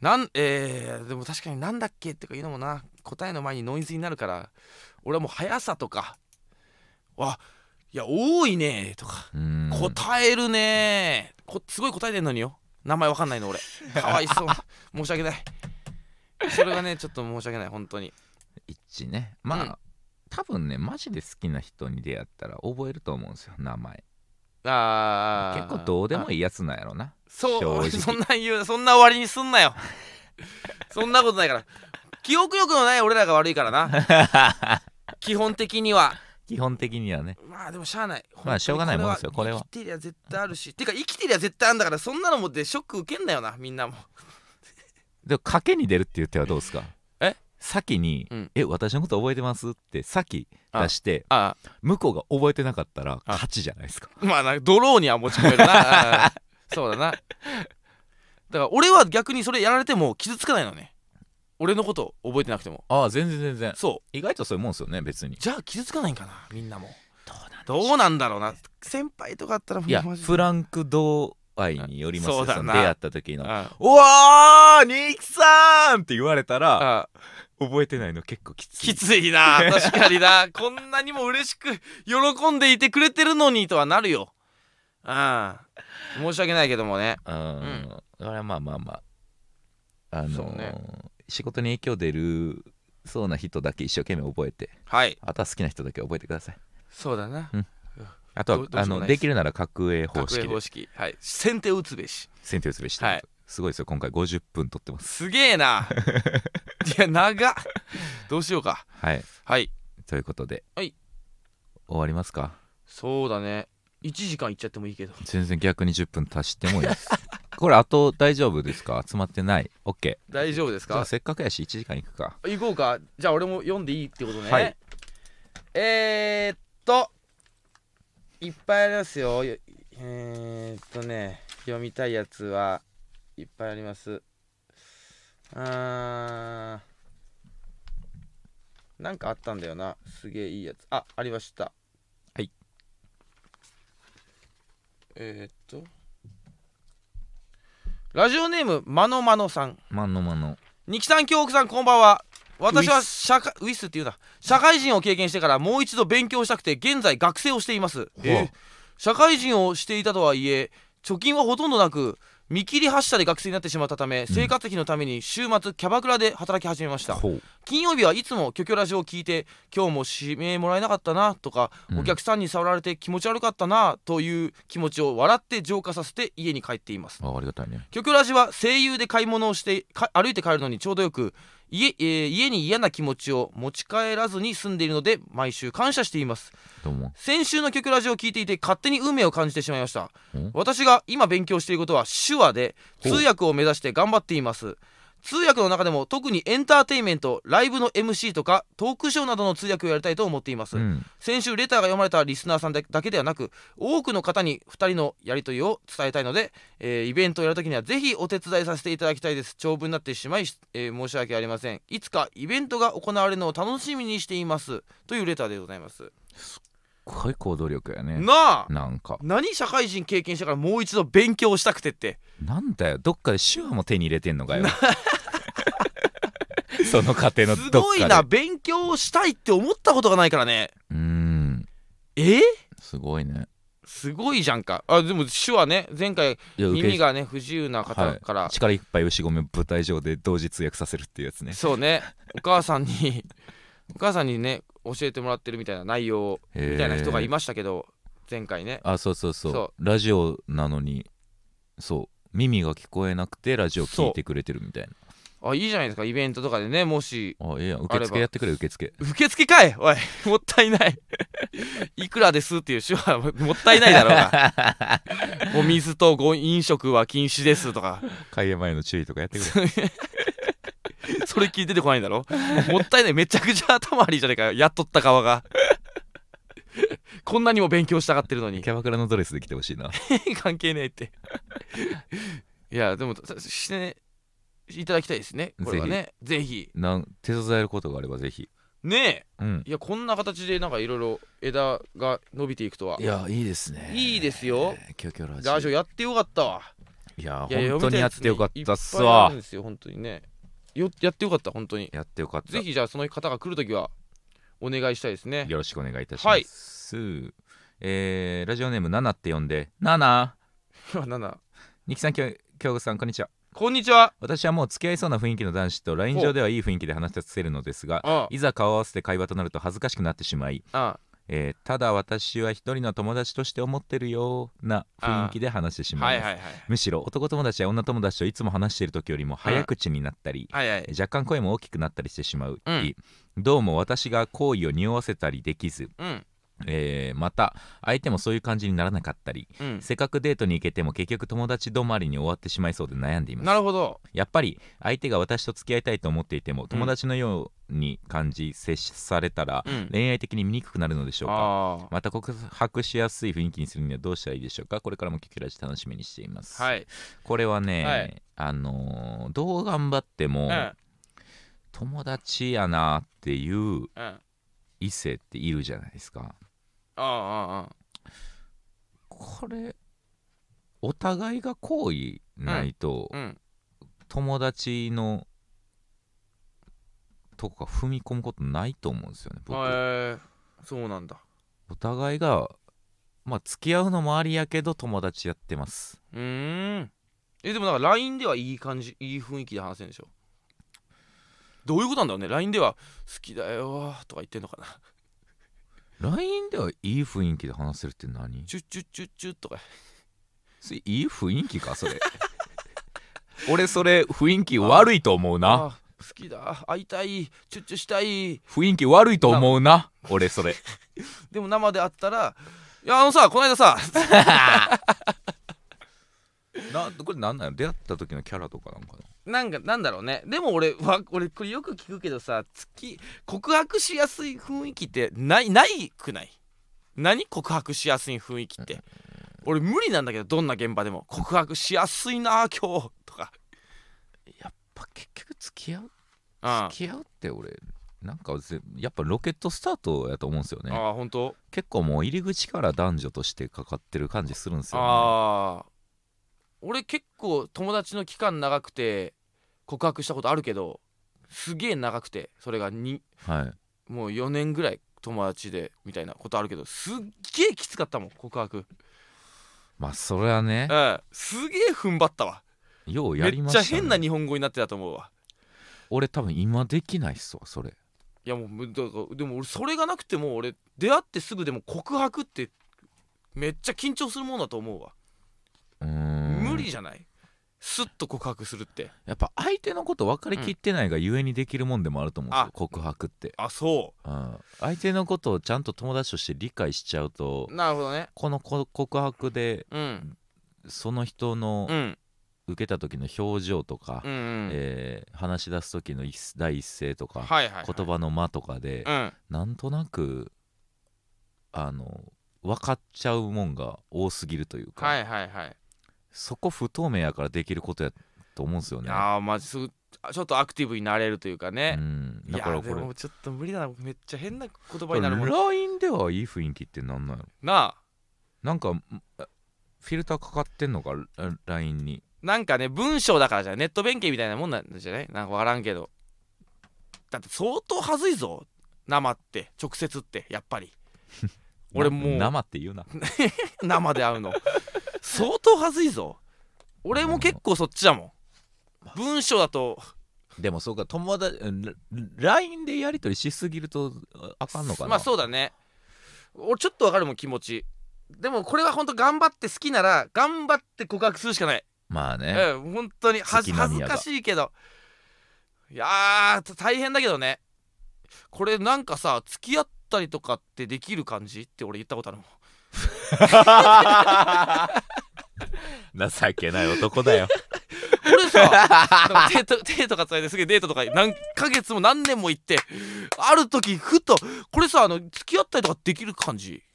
でも確かになんだっけってかいうのもな、答えの前にノイズになるから、俺はもう速さとか、いや多いねとか答えるね、すごい答えてんのによ、名前わかんないの俺かわいそう申し訳ない、それがねちょっと申し訳ない本当に。 一ね、まあ、多分ねマジで好きな人に出会ったら覚えると思うんですよ、名前。結構どうでもいいやつなんやろな。 そうそんな言う、そんな終わりにすんなよそんなことないから、記憶力のない俺らが悪いからな基本的にはね。 まあでもしゃあない、 まあしょうがないもんですよこれは。 生きてりゃ絶対あるし、てか生きてりゃ絶対あるんだから、そんなのもってショック受けんなよなみんなもでも賭けに出るって言ってはどうですか。先に、私のこと覚えてますって先出して向こうが覚えてなかったら勝ちじゃないですか。 まあドローには持ち込めるなそうだな。だから俺は逆にそれやられても傷つかないのね、俺のこと覚えてなくても。 全然そう意外とそういうもんですよね別に。 じゃあ傷つかないんかなみんなも。どうなんだろうな、先輩とかあったら。 いやフランク同愛によりますよ、その出会った時の「うわーニキさん!」って言われたら覚えてないの結構きついな確かになこんなにも嬉しく喜んでいてくれてるのにとはなるよ。申し訳ないけどもね。それはまあ仕事に影響出るそうな人だけ一生懸命覚えて、あとは好きな人だけ覚えてください。 そうだな。 あとはできるなら格 A 方式で先手を打つべし。 すごいですよ今回50分撮ってます。 すげえないや長っどうしようか。はいということで終わりますか。 そうだね、1時間いっちゃってもいいけど全然逆に10分足してもいいですこれあと大丈夫ですか。集まってない OK 大丈夫ですか。 じゃあせっかくやし1時間いくか。 行こうか。じゃあ俺も読んでいいってことね。いっぱいありますよ。読みたいやつはいっぱいあります。なんかあったんだよな、すげえいいやつ。ありました。ラジオネームまのまのさん。ニキさん、京極さん、こんばんは。私はウィスっていうな、社会人を経験してからもう一度勉強したくて現在学生をしています。社会人をしていたとはいえ貯金はほとんどなく、見切り発車で学生になってしまったため、生活費のために週末キャバクラで働き始めました。金曜日はいつもキョキョラジオを聞いて、今日も指名もらえなかったなとか、お客さんに触られて気持ち悪かったなという気持ちを笑って浄化させて家に帰っています。 ありがたいね。 キョキョラジは声優で買い物をして歩いて帰るのにちょうどよく、家に嫌な気持ちを持ち帰らずに済んでいるので毎週感謝しています。 どうも。 先週のキョキョラジオを聞いていて勝手に運命を感じてしまいました。私が今勉強していることは手話で通訳を目指して頑張っています。通訳の中でも特にエンターテインメント、ライブの MC とかトークショーなどの通訳をやりたいと思っています。先週レターが読まれたリスナーさんだけではなく、多くの方に2人のやり取りを伝えたいので、イベントをやるときにはぜひお手伝いさせていただきたいです。長文になってしまい、申し訳ありません。いつかイベントが行われるのを楽しみにしていますというレターでございます。 すっごい行動力やね。 なんか何社会人経験してからもう一度勉強したくてって。 なんだよ、どっかで手話も手に入れてんのかよその過程のどっかですごいな。勉強したいって思ったことがないからね。 すごいね。 すごいじゃんか。でも手話ね、前回耳がね不自由な方から、 力いっぱい牛込舞台上で同時通訳させるっていうやつね。 そうね、お母さんにね教えてもらってるみたいな内容みたいな人がいましたけど、前回ね。 そうラジオなのに、耳が聞こえなくてラジオ聞いてくれてるみたいな。 いいじゃないですか。イベントとかでね、もし受付やってくれ。受付かい。おいもったいないいくらですっていう手話もったいないだろうがお水とご飲食は禁止ですとか、 開演前の注意とかやってくれそれ聞いて出てこないんだろもったいない。めちゃくちゃ頭悪いじゃねえかよ、やっとった側がこんなにも勉強したがってるのに。 キャバクラのドレスで来てほしいな関係ねえっていやでもしていただきたいですね、これはね。ぜひ手伝えることがあればぜひねえ、いやこんな形でなんかいろいろ枝が伸びていくとは。 いやいいですね。 いいですよ。 キョキョラジオやってよかったわ。 いや本当にやってよかったっすわ。 いっぱいあるんですよ本当にね。やってよかった本当に。 やってよかった。 ぜひじゃあその方が来るときはお願いしたいですね。 よろしくお願いいたします。はい、ラジオネームナナって呼んでナナニキさん、京子さん、こんにちは。 こんにちは。 私はもう付き合いそうな雰囲気の男子と LINE 上ではいい雰囲気で話しせるのですが、いざ顔を合わせて会話となると恥ずかしくなってしまい、ただ私は一人の友達として思ってるような雰囲気で話してしまいます。むしろ男友達や女友達といつも話している時よりも早口になったり、若干声も大きくなったりしてしまう、どうも私が好意を匂わせたりできず、また相手もそういう感じにならなかったり、せっかくデートに行けても結局友達止まりに終わってしまいそうで悩んでいます。 なるほど。 やっぱり相手が私と付き合いたいと思っていても友達のように感じ接されたら恋愛的に見にくくなるのでしょうか。また告白しやすい雰囲気にするにはどうしたらいいでしょうか。これからもキキラジ楽しみにしています。これはね、どう頑張っても、友達やなっていう異性っているじゃないですか。これお互いが好意ないと、友達のとこが踏み込むことないと思うんですよね、僕。 そうなんだ。 お互いが付き合うのもありやけど友達やってます。 でもなんか LINE ではいい感じ、いい雰囲気で話せるんでしょ。どういうことなんだろうね。 LINE では好きだよとか言ってんのかな。 LINE ではいい雰囲気で話せるって何？ チュッチュッチュッチュッとか。 いい雰囲気かそれ。俺それ雰囲気悪いと思うな。 好きだ、会いたい、チュッチュしたい。 雰囲気悪いと思うな俺それ。 でも生で会ったら、いやさ、この間さこれなんなの？出会った時のキャラとかなんかな。なんだろうね。でも俺これよく聞くけどさ、告白しやすい雰囲気ってないくない？何告白しやすい雰囲気って。俺無理なんだけど、どんな現場でも告白しやすいな今日とか。 やっぱ結局付き合うって俺なんかやっぱロケットスタートやと思うんですよね。 本当？ 結構もう入り口から男女としてかかってる感じするんですよね。 俺結構友達の期間長くて告白したことあるけど、すげえ長くてそれがもう4年ぐらい友達でみたいなことあるけど、すっげえきつかったもん告白。 それはね、 すげえ踏ん張ったわ。 ようやりましたね。 めっちゃ変な日本語になってたと思うわ。 俺多分今できないっすわそれ。 いやもうでも俺それがなくても、俺出会ってすぐでも告白ってめっちゃ緊張するもんだと思うわ。無理じゃない？スッと告白するって。 やっぱ相手のこと分かりきってないがゆえにできるもんでもあると思うんですよ、告白って。 そう、 相手のことをちゃんと友達として理解しちゃうと、 なるほどね。 この告白で、その人の、受けた時の表情とか、話し出す時の第一声とか、言葉の間とかで、なんとなく分かっちゃうもんが多すぎるというか、そこ不透明やからできることやと思うんですよね。 ちょっとアクティブになれるというかね。 だからこれでもちょっと無理だな。めっちゃ変な言葉になるもん。 LINE ではいい雰囲気ってなんなの？なんかフィルターかかってんのか LINE に。 なんかね、文章だからじゃネット弁慶みたいなもんなんじゃない？なんか分からんけど。だって相当はずいぞ生って直接ってやっぱり。俺もう生って言うな。 生で会うの相当はずいぞ。俺も結構そっちだもん。文章だと。 でもそうか、友達 LINE でやり取りしすぎるとあかんのかな。 そうだね。俺ちょっとわかるもん気持ち。でもこれは本当頑張って好きなら頑張って告白するしかない。本当に恥ずかしいけど、いや大変だけどね。これなんかさ、付き合ったりとかってできる感じって俺言ったことあるもん。情けない男だよ。 俺さデートが伝えてすげえデートとか何ヶ月も何年も行って、ある時ふとこれさ付き合ったりとかできる感じ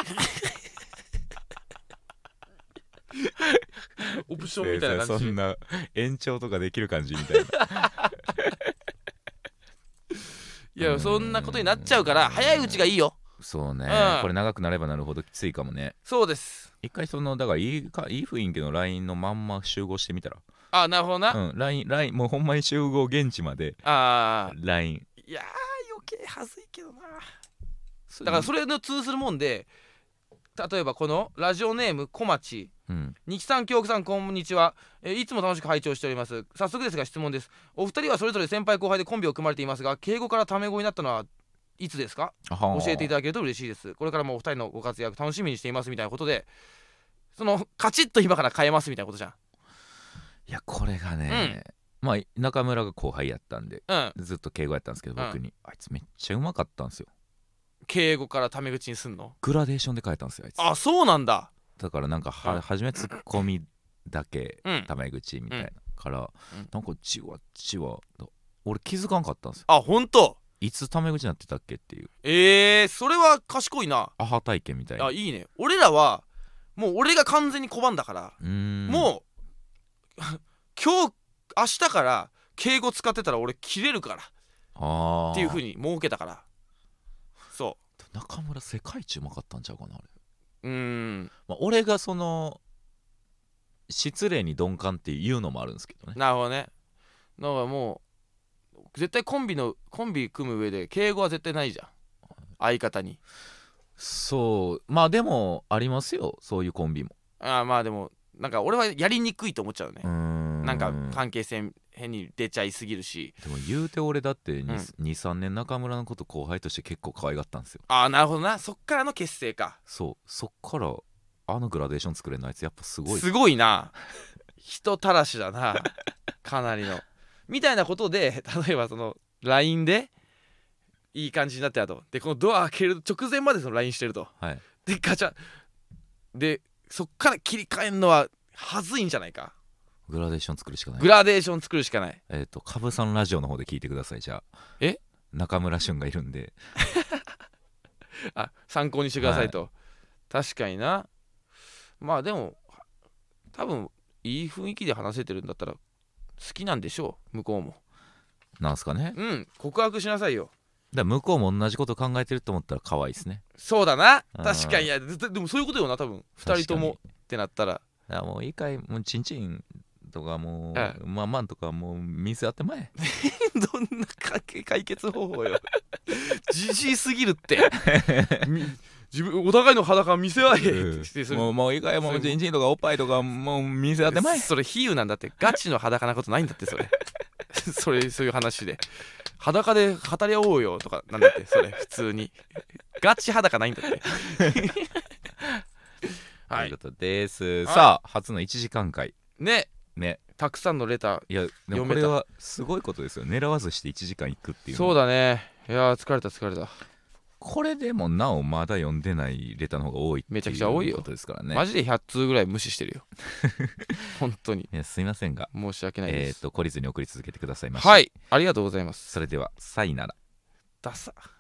オプションみたいな感じ。 そんな延長とかできる感じみたいな。 いやそんなことになっちゃうから早いうちがいいよ。 そうね、これ長くなればなるほどきついかもね。 そうです。 一回だからいい雰囲気の LINE のまんま集合してみたら。 なるほどな。 LINE もうほんまに集合現地まで LINE。 いや余計はずいけどな。だからそれの通するもんで、例えばこのラジオネーム小町、日さん京極さんこんにちは、いつも楽しく拝聴しております。早速ですが質問です。お二人はそれぞれ先輩後輩でコンビを組まれていますが、敬語からタメ語になったのはいつですか？教えていただけると嬉しいです。これからもお二人のご活躍楽しみにしていますみたいなことで、カチッと今から変えますみたいなことじゃん。 いやこれがね、まあ中村が後輩やったんで、ずっと敬語やったんですけど、僕にあいつめっちゃうまかったんですよ。 敬語からタメ口にすんの？ グラデーションで変えたんですよあいつ。 あ、そうなんだ。 だからなんか初めツッコミだけタメ口みたいなから、なんかじわじわ俺気づかんかったんですよ。 あ、ほんと？いつタメ口になってたっけっていう。 それは賢いな。 アハ体験みたいな。 いいね。俺らはもう俺が完全に拒んだから、もう明日から敬語使ってたら俺切れるからっていう風に設けたから。そう中村世界一うまかったんちゃうかなあれ。俺が失礼に鈍感っていうのもあるんですけどね。 なるほどね。だからもう絶対コンビ組む上で敬語は絶対ないじゃん、相方に。 そうまあでもありますよそういうコンビも。 まあでもなんか俺はやりにくいと思っちゃうね。なんか関係性変に出ちゃいすぎるし。 でも言うて俺だって23年中村のこと後輩として結構可愛がったんですよ。 なるほどな。そっからの結成か。 そっからグラデーション作れるのあいつやっぱすごい。 すごいな。人たらしだなかなりの。みたいなことで例えばLINE でいい感じになってたと。でこのドア開ける直前までLINE してると。でガチャでそっから切り替えるのははずいんじゃないか。 グラデーション作るしかない。 グラデーション作るしかない。 カブさんラジオの方で聞いてください。じゃあ中村俊がいるんで参考にしてくださいと。確かにな。まあでも多分いい雰囲気で話せてるんだったら好きなんでしょう向こうも。 なんすかね。 告白しなさいよ。 だ向こうも同じこと考えてると思ったら可愛いですね。 そうだな。確かに。いやでもそういうことよな多分2人ともってなったら。 もういいかい、もうチンチンとかもうマンマンとかもう水あってまえどんな解決方法よじじいすぎるってお互いの裸見せ合え、 もういいかい、もうチンチンとかおっぱいとかもう水あってまえ。 それ比喩なんだって。ガチの裸なことないんだってそれそういう話で裸で語り合おうよとかなんだってそれ普通にガチ裸ないんだってということです。さあ初の1時間回ねたくさんのレター。 いやでもこれはすごいことですよ。狙わずして1時間いくっていう。 そうだね。いや疲れた。 これでもなおまだ読んでないレターの方が多いっていうめちゃくちゃ多いよことですからね。 マジで100通ぐらい無視してるよ本当に。 いやすいませんが申し訳ないです。 懲りずに送り続けてくださいまし。 はい、ありがとうございます。 それではさいなら。 ダサ